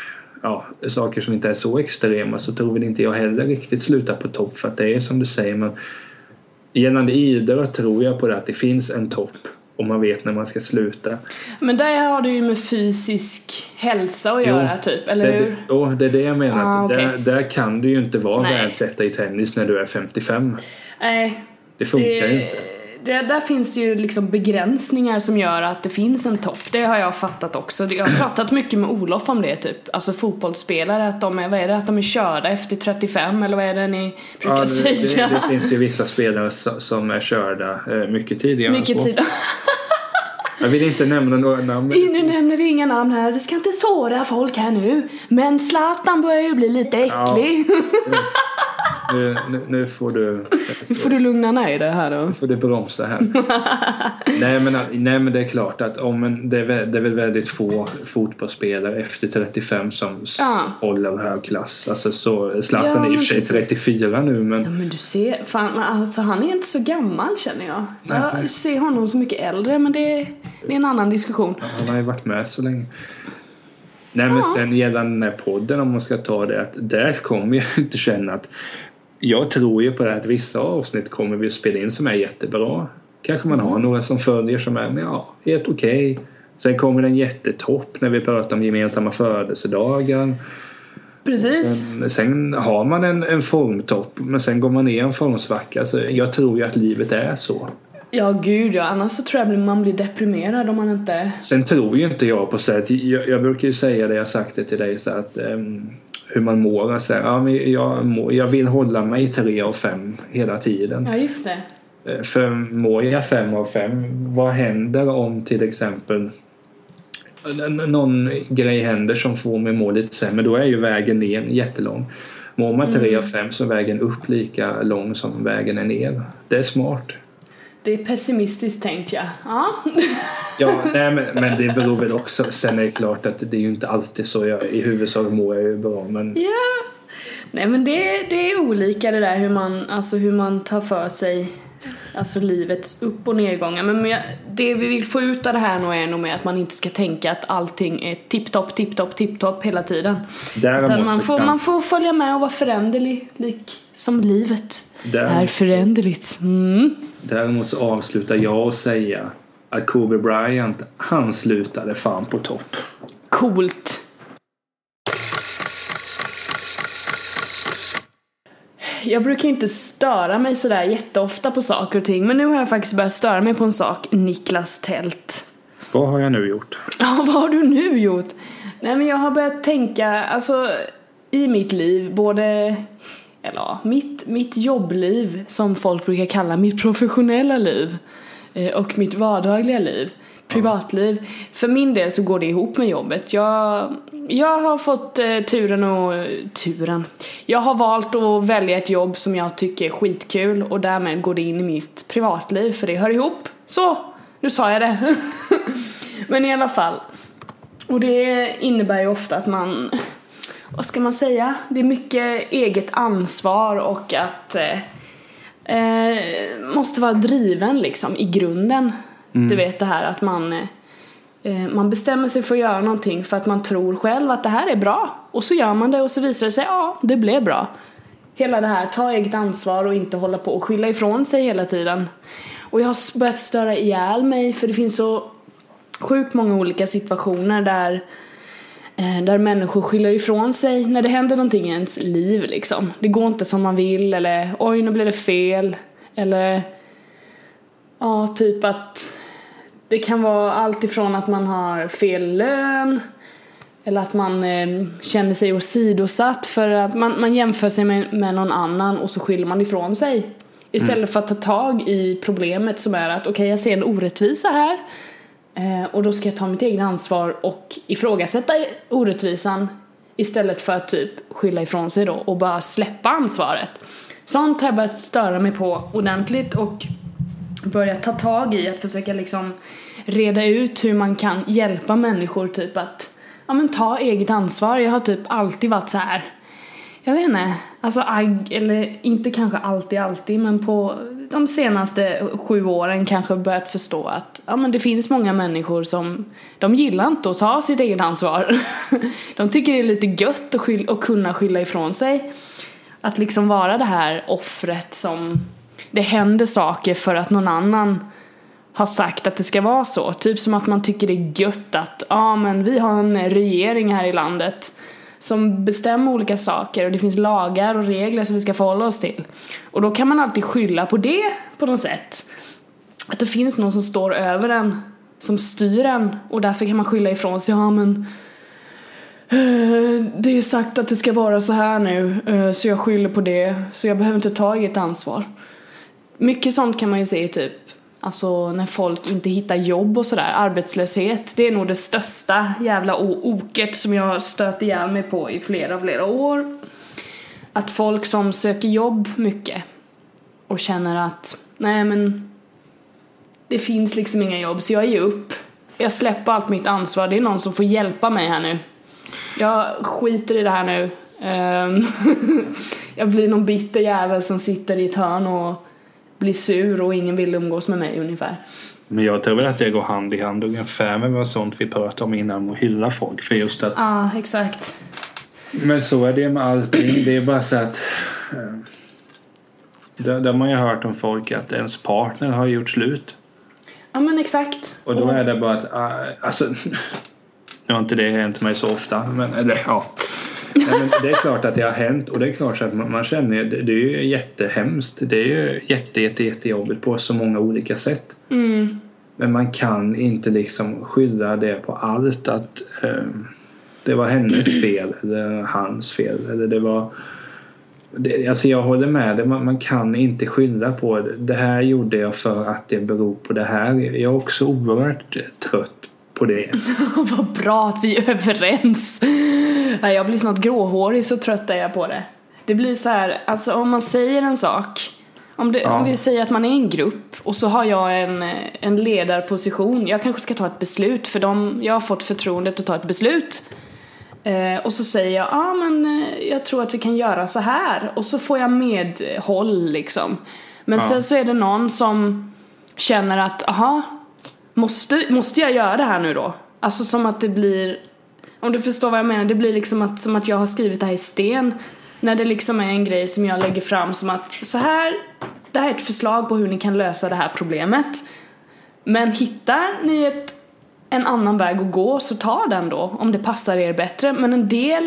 ja, saker som inte är så extrema så tror väl inte jag heller riktigt sluta på topp, för att det är som du säger, men gällande idrott tror jag på det, att det finns en topp och man vet när man ska sluta. Men där har du ju med fysisk hälsa att göra, jo, typ, eller det, hur? Ja, det är det jag menar. Ah, okay. där, där kan du ju inte vara världsetta i tennis när du är femtiofem. Nej. Det funkar det, ju inte. Det, där finns ju liksom begränsningar som gör att det finns en topp. Det har jag fattat också. Jag har pratat mycket med Olof om det, typ. Alltså fotbollsspelare, att de är, vad är det, att de är körda efter trettiofem, eller vad är det ni brukar ja, det, säga? Det, det finns ju vissa spelare som är körda mycket tidigare. Mycket tidigare. Jag vill inte nämna några namn. Nu nämner vi inga namn här. Vi ska inte såra folk här nu. Men Zlatan börjar ju bli lite äcklig. Ja. Nu, nu, nu får du Nu får du lugna ner det här då. Nu får du bromsa här. nej, men, nej men det är klart att om en, det, är, det är väl väldigt få fotbollsspelare efter trettiofem som ja. håller hög klass. Alltså, så Zlatan ja, är i och för sig trettiofyra nu, men... Ja, men du ser, fan, alltså, han är inte så gammal, känner jag. Nej. Jag ser honom så mycket äldre, men det, det är en annan diskussion. Ja, han har ju varit med så länge. Nej, men ja. sen gällande den här podden, om man ska ta det, att där kommer jag inte känna att jag tror ju på det att vissa avsnitt kommer vi att spela in som är jättebra. Kanske man har några som följer som är ja, helt okej. Okay. Sen kommer den jättetopp när vi pratar om gemensamma födelsedagar. Precis. Sen, sen har man en, en formtopp, men sen går man ner en formsvacka. Så jag tror ju att livet är så. Ja, gud ja. Annars så tror jag att man blir deprimerad om man inte... Sen tror ju inte jag på så att jag, jag brukar ju säga det, jag har sagt det till dig, så att um, hur man mår. Så här, ja, men jag, mår, jag vill hålla mig tre av fem hela tiden. Ja, just det. För mår jag fem av fem, vad händer om till exempel någon grej händer som får mig må lite sämre? Då är ju vägen ner jättelång. Mår man tre av fem så är vägen upp lika lång som vägen är ner. Det är smart. Det är pessimistiskt tänkt, ja. Ja, ja nej, men, men det beror väl också. Sen är det klart att det är ju inte alltid så. Jag, i huvudsak mår jag ju bra, men... Ja. Nej, men det, det är olika det där hur man, alltså hur man tar för sig, alltså livets upp- och nedgångar. Men jag, det vi vill få ut av det här nog är nog med att man inte ska tänka att allting är tipptopp, tipptopp, tipptopp hela tiden. Utan man får, kan... man får följa med och vara föränderlig, lik som livet Däremot... är föränderligt. Mm. Däremot så avslutar jag och säga att Kobe Bryant, han slutade fan på topp. Coolt. Jag brukar inte störa mig sådär jätteofta på saker och ting, men nu har jag faktiskt börjat störa mig på en sak. Niklas Tält. Vad har jag nu gjort? Ja, vad har du nu gjort? Nej, men jag har börjat tänka, alltså i mitt liv, både... eller ja, mitt, mitt jobbliv, som folk brukar kalla mitt professionella liv, och mitt vardagliga liv, privatliv. Ja. För min del så går det ihop med jobbet. Jag, jag har fått eh, turen och turen. Jag har valt att välja ett jobb som jag tycker är skitkul, och därmed går det in i mitt privatliv, för det hör ihop. Så, nu sa jag det. Men i alla fall. Och det innebär ju ofta att man... vad ska man säga? Det är mycket eget ansvar, och att eh, måste vara driven liksom i grunden. Mm. Du vet det här att man eh, man bestämmer sig för att göra någonting för att man tror själv att det här är bra, och så gör man det och så visar det sig ja, det blev bra. Hela det här, ta eget ansvar och inte hålla på och skylla ifrån sig hela tiden. Och jag har börjat störa ihjäl mig, för det finns så sjukt många olika situationer där Där människor skyller ifrån sig när det händer någonting i ens liv liksom. Det går inte som man vill, eller oj, nu blev det fel. Eller ja, typ att det kan vara allt ifrån att man har fel lön, eller att man eh, känner sig åsidosatt för att man, man jämför sig med, med någon annan, och så skyller man ifrån sig. Istället mm. för att ta tag i problemet som är att okej, okay, jag ser en orättvisa här. Eh, och då ska jag ta mitt eget ansvar och ifrågasätta orättvisan, istället för att typ skylla ifrån sig då och bara släppa ansvaret. Sånt har jag börjat störa mig på ordentligt, och börja ta tag i att försöka liksom reda ut hur man kan hjälpa människor typ att ja, men ta eget ansvar. Jag har typ alltid varit så här: jag vet inte, alltså agg, eller inte kanske alltid alltid, men på de senaste sju åren kanske börjat förstå att ja, men det finns många människor som de gillar inte att ta sitt eget ansvar. De tycker det är lite gött att, skyll, att kunna skylla ifrån sig, att liksom vara det här offret som det händer saker för att någon annan har sagt att det ska vara så, typ som att man tycker det är gött att ja, men vi har en regering här i landet som bestämmer olika saker och det finns lagar och regler som vi ska förhålla oss till. Och då kan man alltid skylla på det på något sätt. Att det finns någon som står över en, som styr en, och därför kan man skylla ifrån sig. Ja, men det är sagt att det ska vara så här nu, så jag skyller på det, så jag behöver inte ta eget ansvar. Mycket sånt kan man ju se typ, alltså när folk inte hittar jobb och sådär. Arbetslöshet, det är nog det största jävla oket som jag har stött ihjäl mig på i flera, flera år. Att folk som söker jobb mycket och känner att nej men det finns liksom inga jobb, så jag ger upp. Jag släpper allt mitt ansvar, det är någon som får hjälpa mig här nu. Jag skiter i det här nu. Jag blir någon bitter jävel som sitter i ett hörn och blir sur och ingen vill umgås med mig ungefär. Men jag tror väl att jag går hand i hand ungefär med vad sånt vi pratade om innan, och hylla folk för just att... Ja, ah, exakt. Men så är det med allting. Det är bara så att eh, där, där man ju hört om folk att ens partner har gjort slut. Ja, men exakt. Och då är det bara att uh, alltså, nu har inte det hänt mig så ofta, men eller ja. Nej, men det är klart att det har hänt, och det är klart att man, man känner det, det är ju jättehemskt, det är ju jätte, jätte, jättejobbigt på så många olika sätt. Mm. Men man kan inte liksom skylla det på allt, att eh, det var hennes fel eller hans fel, eller det var det, alltså jag håller med det, man, man kan inte skylla på det. Det här gjorde jag för att det beror på det här. Jag är också oerhört trött på det. Vad bra att vi är överens. Jag blir snart gråhårig, så trött är jag på det. Det blir så här, alltså om man säger en sak, om, det, ja. om vi säger att man är en grupp och så har jag en, en ledarposition, jag kanske ska ta ett beslut för dem, jag har fått förtroendet att ta ett beslut. Eh, och så säger jag, ja ah, men jag tror att vi kan göra så här, och så får jag medhåll liksom. Men ja. sen så är det någon som känner att, aha, måste, måste jag göra det här nu då? Alltså som att det blir, om du förstår vad jag menar, det blir liksom att, som att jag har skrivit det här i sten, när det liksom är en grej som jag lägger fram som att så här, det här är ett förslag på hur ni kan lösa det här problemet, men hittar ni ett, en annan väg att gå, så ta den då om det passar er bättre. Men en del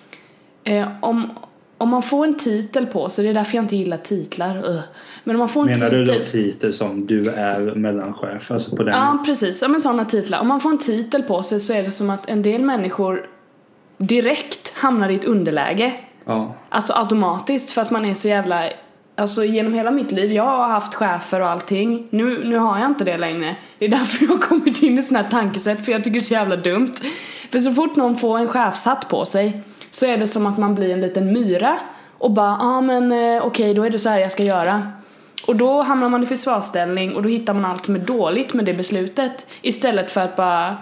eh, om, om man får en titel på sig, det är därför jag inte gillar titlar. uh. Men om man får en Menar titel, du då titel som du är mellanchef, alltså på den? Ja, precis, ja, men sådana titlar. Om man får en titel på sig så är det som att en del människor direkt hamnar i ett underläge. Ja. Alltså automatiskt, för att man är så jävla, alltså genom hela mitt liv, jag har haft chefer och allting. Nu, nu har jag inte det längre. Det är därför jag har kommit in i sån här tankesätt, för jag tycker det är så jävla dumt. För så fort någon får en chefshatt på sig så är det som att man blir en liten myra och bara, ja ah, men eh, okej, okay, då är det så här jag ska göra. Och då hamnar man i försvarsställning och då hittar man allt som är dåligt med det beslutet, istället för att bara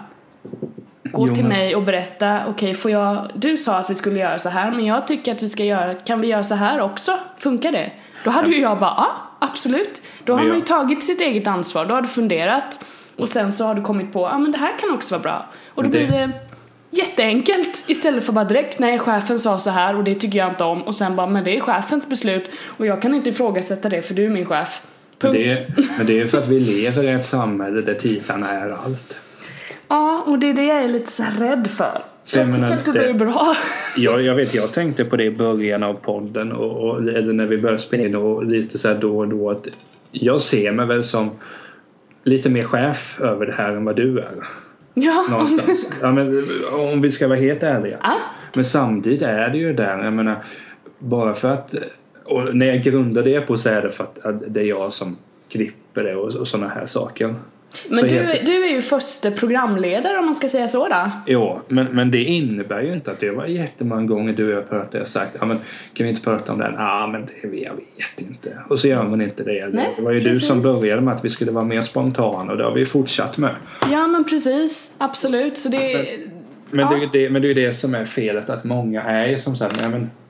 gå jo, till mig och berätta, okej, okay, får jag, du sa att vi skulle göra så här, men jag tycker att vi ska göra, kan vi göra så här också? Funkar det? Då hade ju jag bara, ja, absolut. Då har man ju tagit sitt eget ansvar, då har du funderat och sen så har du kommit på, ja men det här kan också vara bra. Och då det... blir det jätteenkelt, istället för bara direkt, nej, chefen sa så här och det tycker jag inte om, och sen bara, men det är chefens beslut och jag kan inte ifrågasätta det för du är min chef. Punkt. Men det är, men det är för att vi lever i ett samhälle där titlarna är allt. Ja, och det är det jag är lite så rädd för. Jag, jag tycker inte det, det är bra. Jag, jag vet, jag tänkte på det i början av podden och, och, eller när vi började spela in och lite så här då och då, att jag ser mig väl som lite mer chef över det här än vad du är. Ja. Någonstans. Ja, men, om vi ska vara helt ärliga. Ah. Men samtidigt är det ju där, jag menar, bara för att, och när jag grundar det på så är det för att, att det är jag som klipper det och, och sådana här saker. Men du, heter... du är ju första programledare, om man ska säga så då. Jo, men, men det innebär ju inte att det var jättemånga gånger du och jag pratat och sagt, ja men kan vi inte prata om den? Ja, men det, jag vet inte. Och så gör man inte det. Nej, det var ju precis. Du som började med att vi skulle vara mer spontana, och det har vi fortsatt med. Ja, men precis. Absolut. Så det, men men, ja. det, det, men det är ju det som är felet, att många är som sagt, ja, men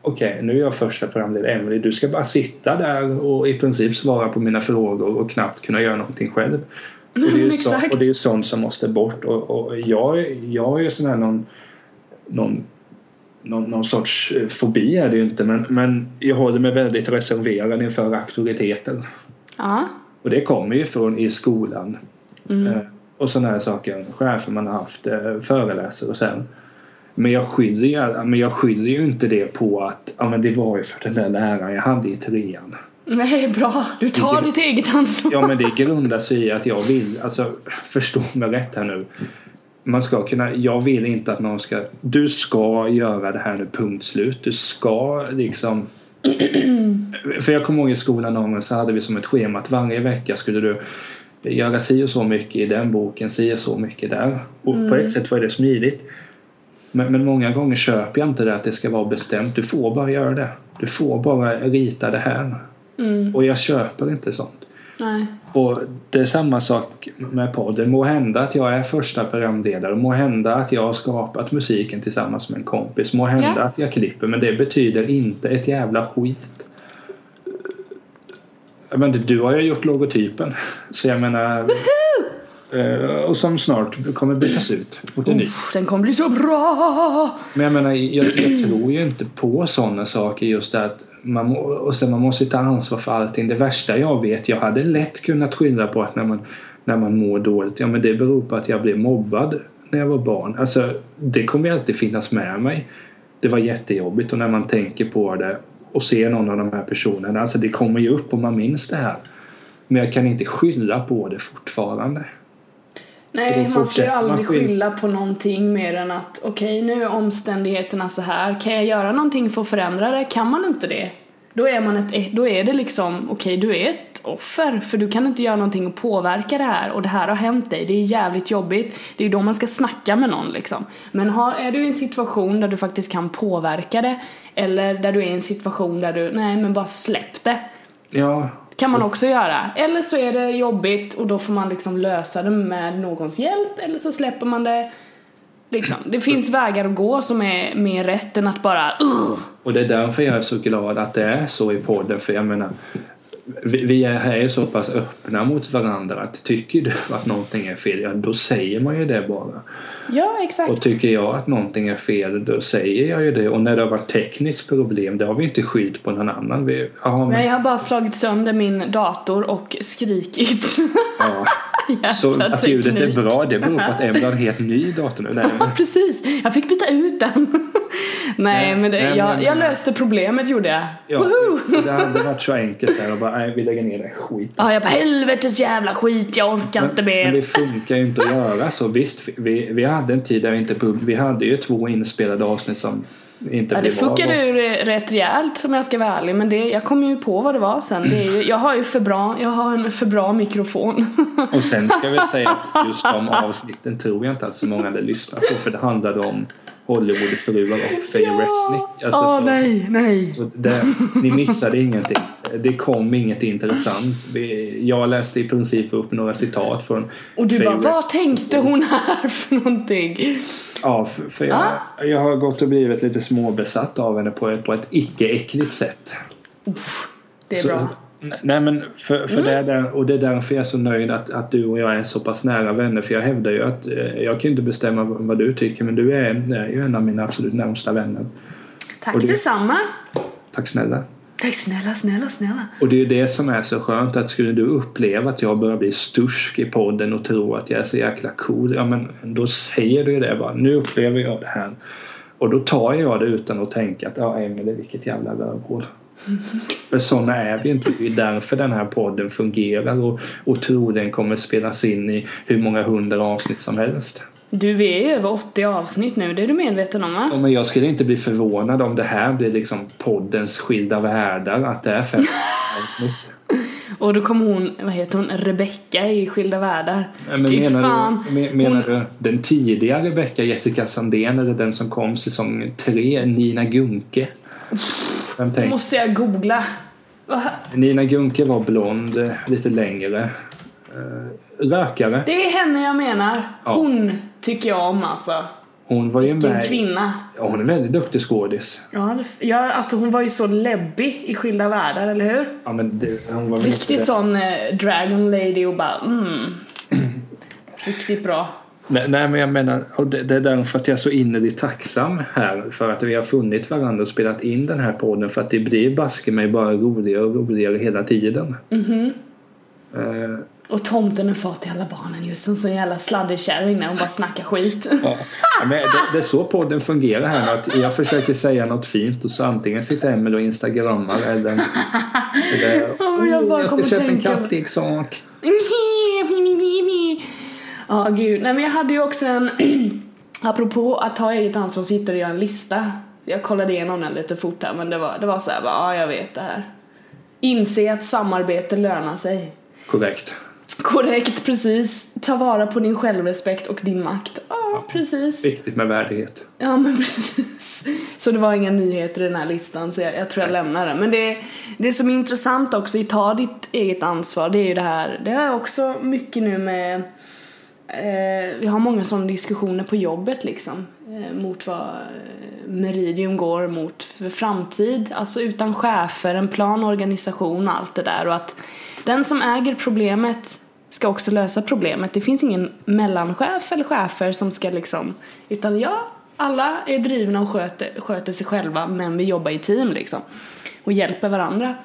okej, okay, nu är jag första programledare. Emily, du ska bara sitta där och i princip svara på mina frågor och knappt kunna göra någonting själv. Och det är ju, så, och det är ju sånt som måste bort. Och, och jag, jag är ju sån här någon, någon, någon, någon sorts fobi är det ju inte. Men, men jag håller mig väldigt reserverad inför auktoriteter. Ja. Och det kommer ju från i skolan. Mm. Eh, och sådana här saker. Chefer man har haft, eh, föreläsare och sen. Men jag skyller ju, men jag skyller ju inte det på att ja, men det var ju för den där läraren jag hade i trean. Nej, bra. Du tar det, ditt eget ansvar. Ja, men det grundar sig i att jag vill, alltså förstå mig rätt här nu. Man ska kunna, jag vill inte att någon ska, du ska göra det här nu, punkt slut. Du ska liksom, för jag kommer ihåg i skolan någon gång så hade vi som ett schema att varje vecka skulle du göra si och så mycket i den boken, si och så mycket där. Och mm. på ett sätt var det smidigt. Men, men många gånger köper jag inte det att det ska vara bestämt. Du får bara göra det. Du får bara rita det här. Mm. Och jag köper inte sånt. Nej. Och det är samma sak med podden. Må hända att jag är första programledare. Må hända att jag har skapat musiken tillsammans med en kompis. Må hända ja. att jag klipper. Men det betyder inte ett jävla skit. Men du har ju gjort logotypen. Så jag menar... och som snart kommer bytas ut. Och den, Uff, den kommer bli så bra. Men jag menar, jag, jag tror ju inte på sådana saker, just det att man, må, och sen man måste ta ansvar för allting. Det värsta jag vet, jag hade lätt kunnat skylla på att när man, när man mår dåligt, ja men det beror på att jag blev mobbad när jag var barn. Alltså det kommer ju alltid finnas med mig. Det var jättejobbigt, och när man tänker på det och ser någon av de här personerna, alltså det kommer ju upp och man minns det här. Men jag kan inte skylla på det fortfarande. Nej, man ska ju aldrig skylla på någonting mer än att okej, okay, nu är omständigheterna så här. Kan jag göra någonting för att förändra det? Kan man inte det? Då är, man ett, då är det liksom, okej, okay, du är ett offer. För du kan inte göra någonting att påverka det här. Och det här har hänt dig. Det är jävligt jobbigt. Det är ju då man ska snacka med någon liksom. Men har, är du i en situation där du faktiskt kan påverka det, eller där du är i en situation där du, nej men bara släpp det. Ja. Kan man också göra. Eller så är det jobbigt och då får man liksom lösa det med någons hjälp. Eller så släpper man det liksom. Det finns vägar att gå som är mer rätt än att bara uh. Och det är därför jag är så glad att det är så i podden. För jag menar, vi, vi är här så pass öppna mot varandra att tycker du att någonting är fel, ja, då säger man ju det bara. Ja, exakt. Och tycker jag att någonting är fel, då säger jag ju det. Och när det har varit tekniskt problem, det har vi inte skyllt på någon annan. Vi, aha, men... jag har bara slagit sönder min dator och skrikit. Ja. Så att ljudet är bra, det beror på att Emma har en helt ny dator nu. Ja, precis. Jag fick byta ut den. Nej, nej, men, det, nej, jag, men jag löste problemet, gjorde jag. Ja, det hade varit så enkelt där och bara, nej, vi lägger ner det skit. Ja, jag bara, helvetes jävla skit, jag orkar men, inte mer. Men det funkar ju inte att göra så. Visst, vi, vi hade en tid där vi inte pub, vi hade ju två inspelade avsnitt som inte ja, det fuckade ur rätt rejält, som jag ska vara ärlig. Men det, jag kom ju på vad det var sen. Det är ju, jag har ju för bra, jag har en för bra mikrofon. Och sen ska vi säga att just de avsnitten tror jag inte att så många hade lyssnat på. För det handlade om Hollywoodfruar och Faye ja. Wrestling. Alltså, oh, så, nej, nej. Så det, ni missade ingenting. Det kom inget intressant. Jag läste i princip upp några citat från och du Faye bara, Wrestling. Vad tänkte hon här för någonting? Ja, för, för jag, ah? jag har gått och blivit lite småbesatt av henne på ett, på ett icke-äckligt sätt. Uff, det är så, bra. Nej, men för, för mm. det är där, och det är därför jag är så nöjd att, att du och jag är så pass nära vänner. För jag hävdar ju att jag kan inte bestämma vad du tycker, men du är, är ju en av mina absolut närmsta vänner. Tack det, detsamma. Tack snälla. Tack snälla, snälla, snälla. Och det är ju det som är så skönt, att skulle du uppleva att jag börjar bli stursk i podden och tro att jag är så jäkla cool, ja men då säger du det bara, nu upplever jag det här. Och då tar jag det utan att tänka att ja, Emelie, vilket jävla rövhål. Mm. För sådana är vi inte. Det är därför den här podden fungerar och, och tror den kommer spelas in i hur många hundra avsnitt som helst. Du, vi är ju över åttio avsnitt nu, det är du medveten om, va? Ja, men jag skulle inte bli förvånad om det här blir liksom poddens skilda världar, att det är fem avsnitt. Och då kommer hon, vad heter hon, Rebecca i Skilda världar. Ja, men menar fan, du, men, menar hon... du den tidiga Rebecca, Jessica Sandén, eller den som kom säsong tre, Nina Gunke? Måste jag googla. Nina Gunke var blond, lite längre. Rökare. Det är henne jag menar. Hon ja. tycker jag om alltså. hon var ju Vilken med. kvinna. Ja, hon är väldigt duktig skådis. Ja, det, ja, alltså hon var ju så läbbig i Skilda världar, eller hur? Ja, men det, hon var Riktigt sån eh, Dragon Lady och bara mm. Riktigt bra. Nej, nej, men jag menar, och det, det är därför att jag är så innerligt tacksam här för att vi har funnit varandra och spelat in den här podden, för att det blir baske mig bara roligare och roligare hela tiden. Mhm. Uh, Och tomten är far till alla barnen, just som så jävla sladderkärring när hon bara snackar skit. ja. Ja, men det, det är så podden fungerar här, att jag försöker säga något fint och så antingen sitter Emil och instagrammar eller, eller oh, jag, bara jag ska köpa en kattleksak. Ja, oh, gud. Nej, men jag hade ju också en apropå att ta eget ansvar, sitter och gör en lista. Jag kollade igenom den lite fort här, men det var, det var så här, ja, jag vet det här. Inse att samarbete lönar sig. Korrekt. Korrekt, precis. Ta vara på din självrespekt och din makt. Ja, ja, precis. Viktigt med värdighet. Ja, men precis. Så det var inga nyheter i den här listan, så jag, jag tror jag lämnar den. Men det, det som är intressant också i ta ditt eget ansvar, det är ju det här. Det är också mycket nu med... Eh, vi har många sådana diskussioner på jobbet liksom. Eh, mot vad eh, Meridium går mot för framtid. Alltså utan chefer, en plan, organisation och allt det där. Och att den som äger problemet ska också lösa problemet. Det finns ingen mellanchef eller chefer som ska liksom... Utan ja, alla är drivna och sköter, sköter sig själva, men vi jobbar i team liksom. Och hjälper varandra.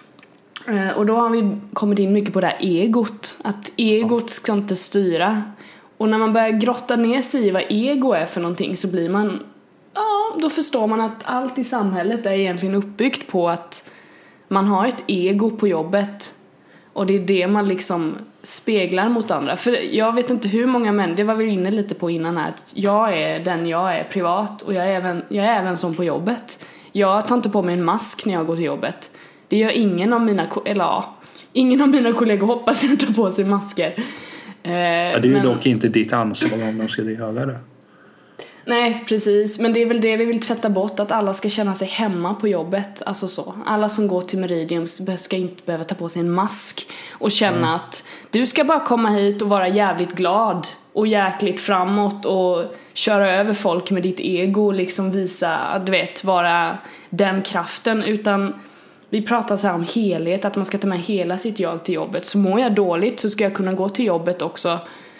Uh, och då har vi kommit in mycket på det här egot. Att egot ska inte styra. Och när man börjar grotta ner sig i vad ego är för någonting, så blir man... Ja, då förstår man att allt i samhället är egentligen uppbyggt på att man har ett ego på jobbet. Och det är det man liksom speglar mot andra. För jag vet inte hur många män, det var vi inne lite på innan här, att jag är den jag är privat, och jag är även, jag är även som på jobbet. Jag tar inte på mig en mask när jag går till jobbet. Det gör ingen av mina, eller ja, ingen av mina kollegor, hoppas jag, tar på sig masker. Eh, ja, det är ju men, dock inte ditt ansvar om de skulle göra det. Nej, precis. Men det är väl det vi vill tvätta bort, att alla ska känna sig hemma på jobbet. Alltså så. Alla som går till Meridium ska inte behöva ta på sig en mask och känna mm. att du ska bara komma hit och vara jävligt glad och jäkligt framåt och köra över folk med ditt ego och liksom visa, du vet, vara den kraften. Utan vi pratar så här om helhet, att man ska ta med hela sitt jag till jobbet. Så mår jag dåligt så ska jag kunna gå till jobbet också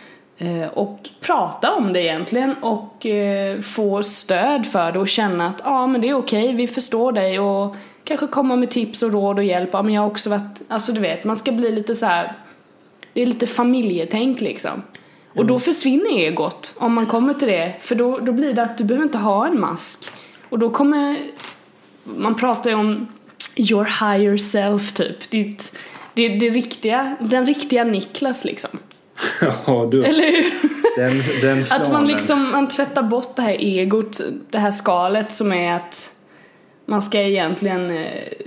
och prata om det egentligen och eh, få stöd för det och känna att ja, men det är okej, vi förstår dig, och kanske komma med tips och råd och hjälp. Ja, men jag har också varit, alltså du vet, man ska bli lite så här, det är lite familjetänk liksom. Mm. Och då försvinner egot om man kommer till det, för då, då blir det att du behöver inte ha en mask, och då kommer man prata om your higher self typ, det, det, det riktiga, den riktiga Niklas liksom. Ja, du. Eller hur? Den, den att man liksom man tvättar bort det här egot, det här skalet som är att man ska egentligen eh,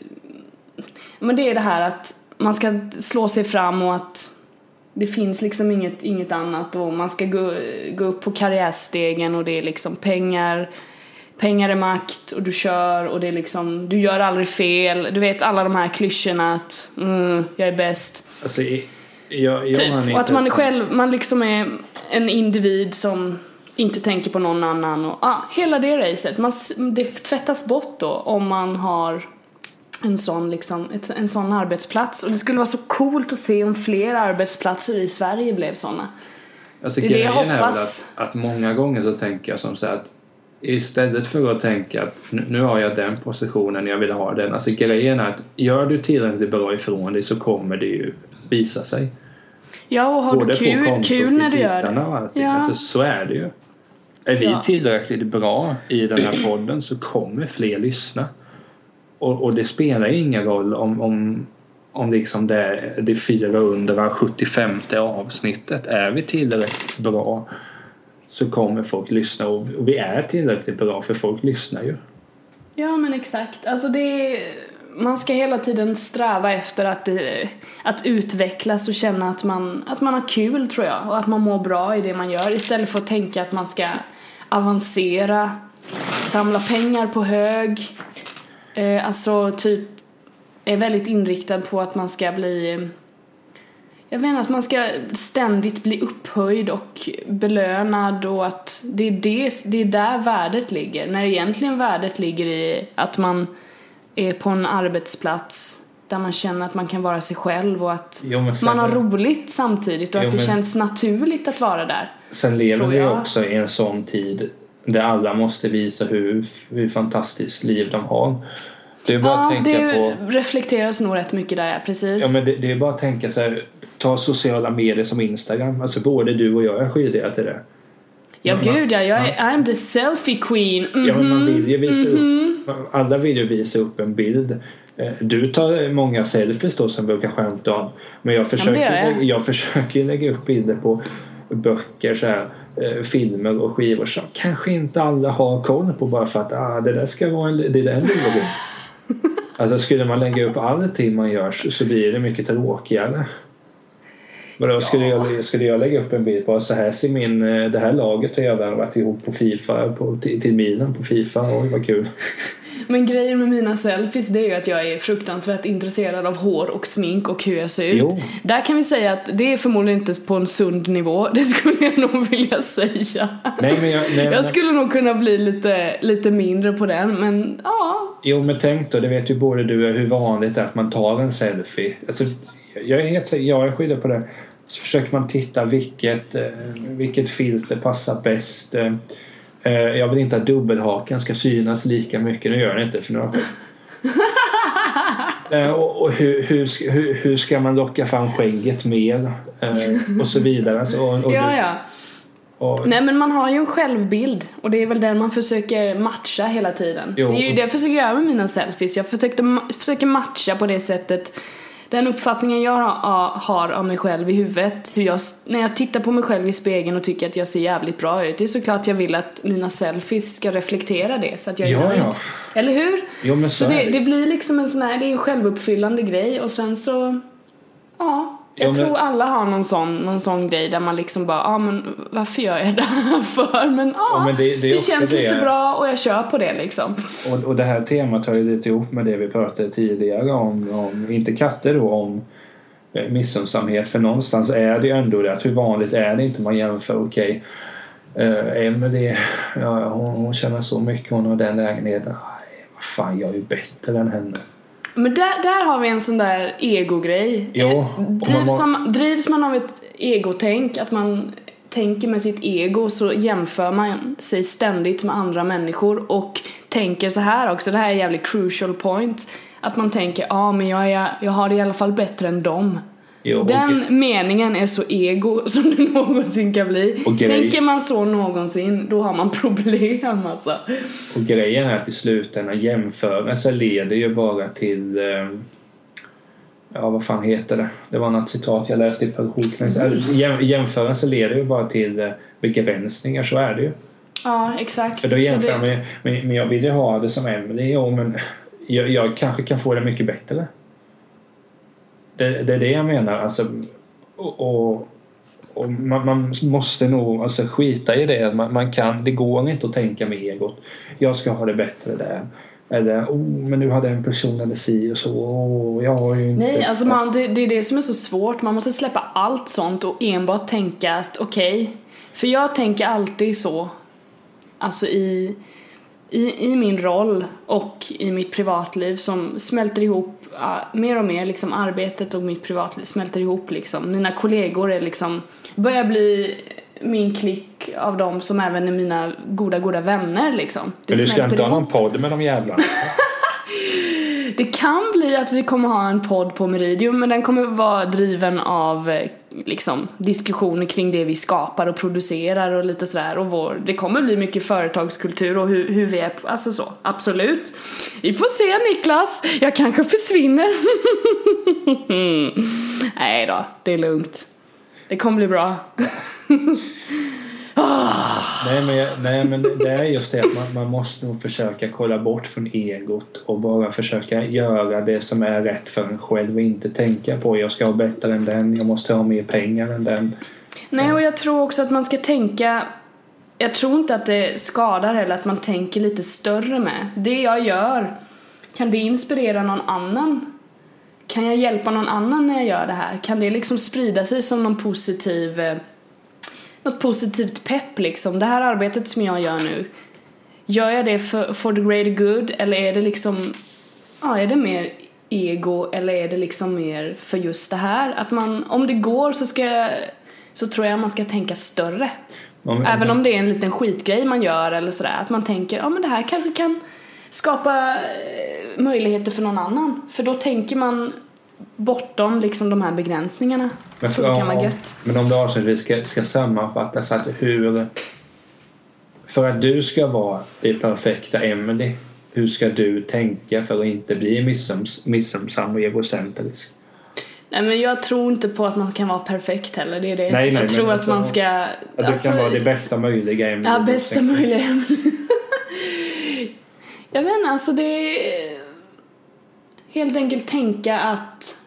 men det är det här att man ska slå sig fram och att det finns liksom inget, inget annat, och man ska gå, gå upp på karriärstegen, och det är liksom pengar pengar är makt, och du kör, och det är liksom, du gör aldrig fel, du vet alla de här klyschorna att mm, jag är bäst. Alltså i Jag, jag typ. Och att man själv, man liksom är en individ som inte tänker på någon annan, och ah, hela det racet, man, det tvättas bort då om man har en sån liksom, ett, en sån arbetsplats. Och det skulle vara så coolt att se om fler arbetsplatser i Sverige blev såna. Alltså, det är det jag hoppas. Är att, att många gånger så tänker jag som så att istället för att tänka att nu, nu har jag den positionen, jag vill ha den. Alltså grejen är att gör du tillräckligt bra ifrån dig så kommer det ju visa sig. Ja, och har både du kul, kul när du gör det. Ja. Alltså, så är det ju. Är vi ja. tillräckligt bra i den här podden så kommer fler lyssna. Och, och det spelar ingen roll om, om, om liksom det är det fyrahundrasjuttiofemte avsnittet. Är vi tillräckligt bra så kommer folk lyssna. Och, och vi är tillräckligt bra för folk lyssnar ju. Ja, men exakt. Alltså det är... Man ska hela tiden sträva efter att, det, att utvecklas och känna att man, att man har kul, tror jag. Och att man mår bra i det man gör. Istället för att tänka att man ska avancera, samla pengar på hög. Eh, alltså typ är väldigt inriktad på att man ska bli... Jag menar att man ska ständigt bli upphöjd och belönad och att det är, det, det är där värdet ligger. När egentligen värdet ligger i att man är på en arbetsplats där man känner att man kan vara sig själv och att jo, sen, man har roligt samtidigt och jo, att det men, känns naturligt att vara där. Sen lever vi också i en sån tid där alla måste visa hur, hur fantastiskt liv de har. Det är bara ja, att tänka det på, reflekteras nog rätt mycket där, precis. Ja, men det, det är bara att tänka så här, ta sociala medier som Instagram. Alltså både du och jag är skyldiga till det. Ja, man, gud ja, jag är, ja. I'm the selfie queen. Mm-hmm. Ja, men man vill ju visa mm-hmm. upp, alla vill ju visa upp en bild. Du tar många selfies då som brukar skämta om. Men jag försöker, ja, men jag. jag försöker lägga upp bilder på böcker, så här, filmer och skivor som kanske inte alla har koll på, bara för att ah, det där ska vara en, det där är en alltså skulle man lägga upp allting man gör så blir det mycket tråkigare. Men då ja. skulle, jag, skulle jag lägga upp en bild på så här ser min, det här laget har jag varit ihop på FIFA på, till, till Milan på FIFA. Oj vad kul. Men grejen med mina selfies, det är ju att jag är fruktansvärt intresserad av hår och smink och hur jag ser ut. Jo. Där kan vi säga att det är förmodligen inte på en sund nivå. Det skulle jag nog vilja säga. Nej, men jag, nej, jag skulle nog kunna bli lite, lite mindre på den, men ja. Jo, men tänk då, det vet ju både du och hur vanligt det är att man tar en selfie. Alltså, jag är helt jag är skyldig på det. Så försöker man titta vilket, vilket filter passar bäst. Jag vill inte att dubbelhaken ska synas lika mycket. Nu gör den inte för några och, och hur, hur, hur, hur ska man locka fram skägget mer och så vidare. Alltså, och, och ja, ja. Och, nej, men man har ju en självbild och det är väl den man försöker matcha hela tiden. Jo, det är ju det jag försöker göra med mina selfies. Jag försökte, försöker matcha på det sättet. Den uppfattningen jag har av mig själv i huvudet, hur jag, när jag tittar på mig själv i spegeln och tycker att jag ser jävligt bra ut, det är såklart jag vill att mina selfies ska reflektera det så att jag är ja, nöjd. Ja. Eller hur? Jo, men så så det, det. det blir liksom en sån här, det är en självuppfyllande grej och sen så ja, jag jo, men... tror alla har någon sån, någon sån grej där man liksom bara, ja ah, men varför gör jag det här för? Men ja, ah, men det, det, det känns det. lite bra och jag kör på det liksom. Och, och det här temat har ju lite ihop med det vi pratade tidigare om, om inte katter då, om eh, missunnsamhet. För någonstans är det ju ändå det att hur vanligt är det inte man jämför, okej okay, eh, Emelie, ja, hon, hon känner så mycket, hon har den lägenheten. Aj, vad fan, jag är ju bättre än henne. Men där, där har vi en sån där ego-grej. Jo, drivs, man må... drivs man av ett egotänk, att man tänker med sitt ego, så jämför man sig ständigt med andra människor och tänker så här också, det här är en jävligt crucial point, att man tänker, ja ah, men jag, är, jag har det i alla fall bättre än dem. Jo, den okay. meningen är så ego som det någonsin kan bli. Grej... Tänker man så någonsin, då har man problem alltså. Och grejen är att i slutändan jämförelse leder ju bara till eh, ja vad fan heter det? Det var något citat jag läste i produktionen. Mm. Jämförelse leder ju bara till eh, begränsningar, så är det ju. Ja, exakt. För då jämför jag med, men jag vill ju ha det som Emelie, ja, men jag, jag kanske kan få det mycket bättre. Det, det är det jag menar alltså, och, och, och man, man måste nog alltså, skita i det. Man, man kan, det går inte att tänka med egot. Jag ska ha det bättre där. Eller, oh, men nu hade en person eller si och så. Oh, jag har ju inte. Nej, alltså man, det, det är det som är så svårt. Man måste släppa allt sånt och enbart tänka att okej. Okay, för jag tänker alltid så. Alltså i, i, i min roll och i mitt privatliv som smälter ihop uh, mer och mer, liksom arbetet och mitt privatliv smälter ihop liksom. Mina kollegor är liksom, börjar bli min klick av dem som även är mina goda goda vänner liksom. Det men du ska inte ha någon podd med de jävlarna. Det kan bli att vi kommer ha en podd på Meridium, men den kommer vara driven av liksom diskussioner kring det vi skapar och producerar och lite sådär, och vår, det kommer bli mycket företagskultur och hur, hur vi är, alltså så, absolut. Vi får se, Niklas, jag kanske försvinner. Nej då, det är lugnt. Det kommer bli bra. nej, men jag, nej men det är just det att man, man måste nog försöka kolla bort från egot och bara försöka göra det som är rätt för en själv och inte tänka på jag ska ha bättre än den, jag måste ha mer pengar än den. Nej, och jag tror också att man ska tänka, jag tror inte att det skadar heller att man tänker lite större med. Det jag gör, kan det inspirera någon annan? kan jag hjälpa någon annan när jag gör det här? Kan det liksom sprida sig som någon positiv, eh, något positivt pepp liksom? Det här arbetet som jag gör nu, gör jag det för, for the greater good, eller är det liksom, ja, är det mer ego, eller är det liksom mer för just det här? Att man, om det går så ska jag, så tror jag man ska tänka större. Ja, även om det är en liten skitgrej man gör eller sådär, att man tänker, ja men det här kanske kan skapa möjligheter för någon annan. För då tänker man bortom liksom de här begränsningarna. Men, för, ja, kan vara gött. Men om du avslutningsvis ska, ska sammanfatta så att hur, för att du ska vara det perfekta Emily, hur ska du tänka för att inte bli missunnsam och egocentrisk? Nej, men jag tror inte på att man kan vara perfekt heller. Det är det. Nej, nej, jag tror att alltså, man ska... Att du alltså, kan vara det bästa möjliga Emily. Ja, bästa möjliga Emily. Jag vet inte, alltså det är... Helt enkelt tänka att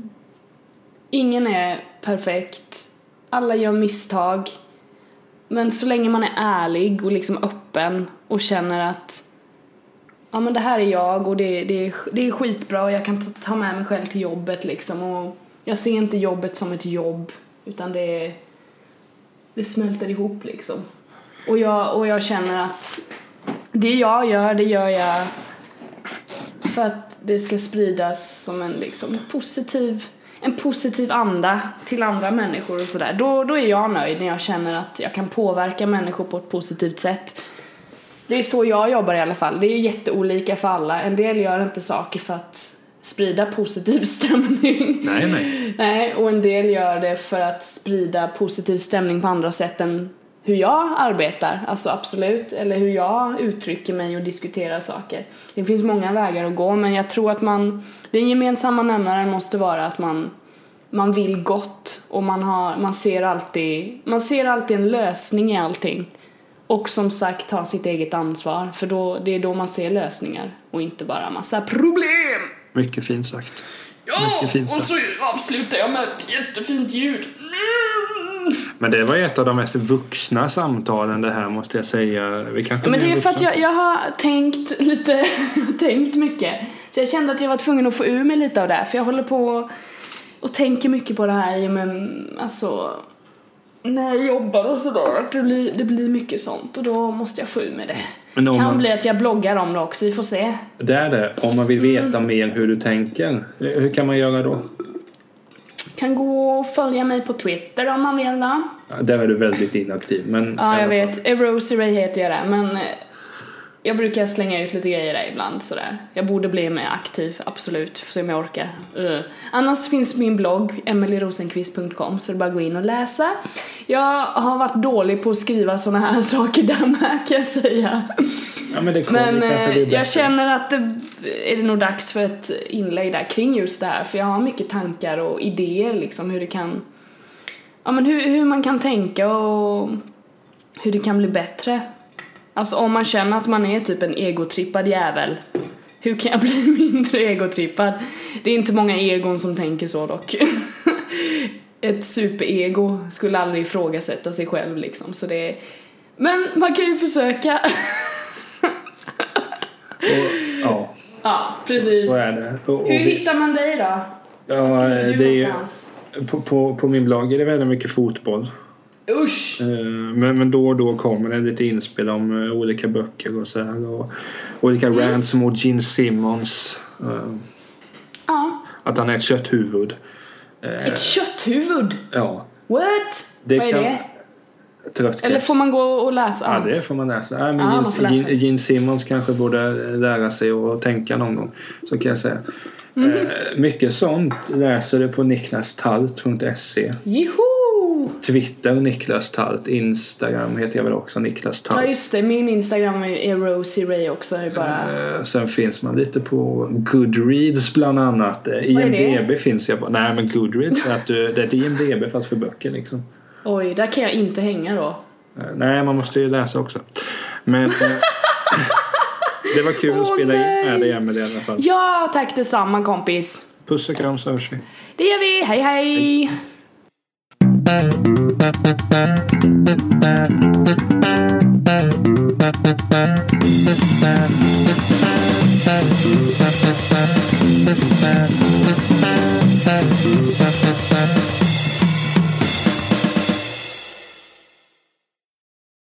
ingen är perfekt. Alla gör misstag. Men så länge man är ärlig och liksom öppen och känner att ja, men det här är jag och det, det, är, det är skitbra och jag kan ta, ta med mig själv till jobbet liksom, och jag ser inte jobbet som ett jobb utan det, det smälter ihop liksom. Och jag, och jag känner att det jag gör, det gör jag för att det ska spridas som en liksom positiv, en positiv anda till andra människor och sådär. Då, då är jag nöjd när jag känner att jag kan påverka människor på ett positivt sätt. Det är så jag jobbar i alla fall. Det är ju jätteolika för alla. En del gör inte saker för att sprida positiv stämning. Nej, nej. Nej, och en del gör det för att sprida positiv stämning på andra sätt än hur jag arbetar. Alltså absolut. Eller hur jag uttrycker mig och diskuterar saker. Det finns många vägar att gå, men jag tror att man... Den gemensamma nämnaren måste vara att man, man vill gott. Och man, har, man, ser alltid, man ser alltid en lösning i allting. Och som sagt, ta sitt eget ansvar. För då, det är då man ser lösningar. Och inte bara massa problem. Mycket fint sagt. Ja, Mycket fint sagt. Och så avslutar jag med ett jättefint ljud. Mm. Men det var ett av de mest vuxna samtalen det här, måste jag säga. Vi kanske ja, men det är för att jag, jag har tänkt lite, tänkt mycket. Så jag kände att jag var tvungen att få ur mig lite av det här. För jag håller på och tänker mycket på det här. Men alltså... när jag jobbar och sådär, det blir, det blir mycket sånt och då måste jag få ur med det. Det kan man, bli att jag bloggar om det också, vi får se. Det är det, om man vill veta mm. mer hur du tänker, hur kan man göra då? Kan gå och följa mig på Twitter om man vill då. Ja, där är du väldigt inaktiv. Men ja, jag vet, Eroseray heter jag där, men jag brukar slänga ut lite grejer där ibland sådär. Jag borde bli mer aktiv, absolut, för om jag orkar. Uh. Annars finns min blogg emily rosenqvist punkt com, så det är bara att gå in och läsa. Jag har varit dålig på att skriva såna här saker där med, kan jag säga. Ja, men det kom, men det uh, jag känner att det är det nog dags för ett inlägg där kring just det här. För jag har mycket tankar och idéer liksom, hur det kan... Ja, men hur, hur man kan tänka och hur det kan bli bättre. Alltså om man känner att man är typ en egotrippad jävel, hur kan jag bli mindre egotrippad? Det är inte många egon som tänker så dock. Ett superego skulle aldrig ifrågasätta sig själv liksom, så det är... Men man kan ju försöka. och, ja. Ja, precis. Så är det. Och, och hur vi... hittar man dig då? Ja, du det är, på, på, på min blogg är det väldigt mycket fotboll. Usch. Men, men då och då kommer det lite inspel om uh, olika böcker och så här, och olika mm. rants mot Gene Simmons. Uh, ja. Att han är ett kötthuvud. Uh, ett kötthuvud? Ja. What? Det Vad är kan, det? Tröttkeps. Eller får man gå och läsa? Ja, det får man läsa. Nej, men ja, Gene, man får läsa. Gene, Gene Simmons kanske borde lära sig och tänka någon gång. Så kan jag säga. Mm. Uh, mycket sånt läser du på niklas talt punkt se. Juhu! Twitter Niklas Talt, Instagram heter jag väl också Niklas Talt. Ja just det, min Instagram är Roseray också, är bara... uh, Sen finns man lite på Goodreads bland annat. I M D B finns jag på. Nej, men Goodreads är att du, det är ett I M D B fast för böcker liksom. Oj, där kan jag inte hänga då. uh, Nej, man måste ju läsa också. Men uh, det var kul oh, att spela nej. in med dig med det i alla fall. Ja, tack detsamma kompis. Puss och kram, så hörs vi. Det gör vi, hej hej, hej. Thank you.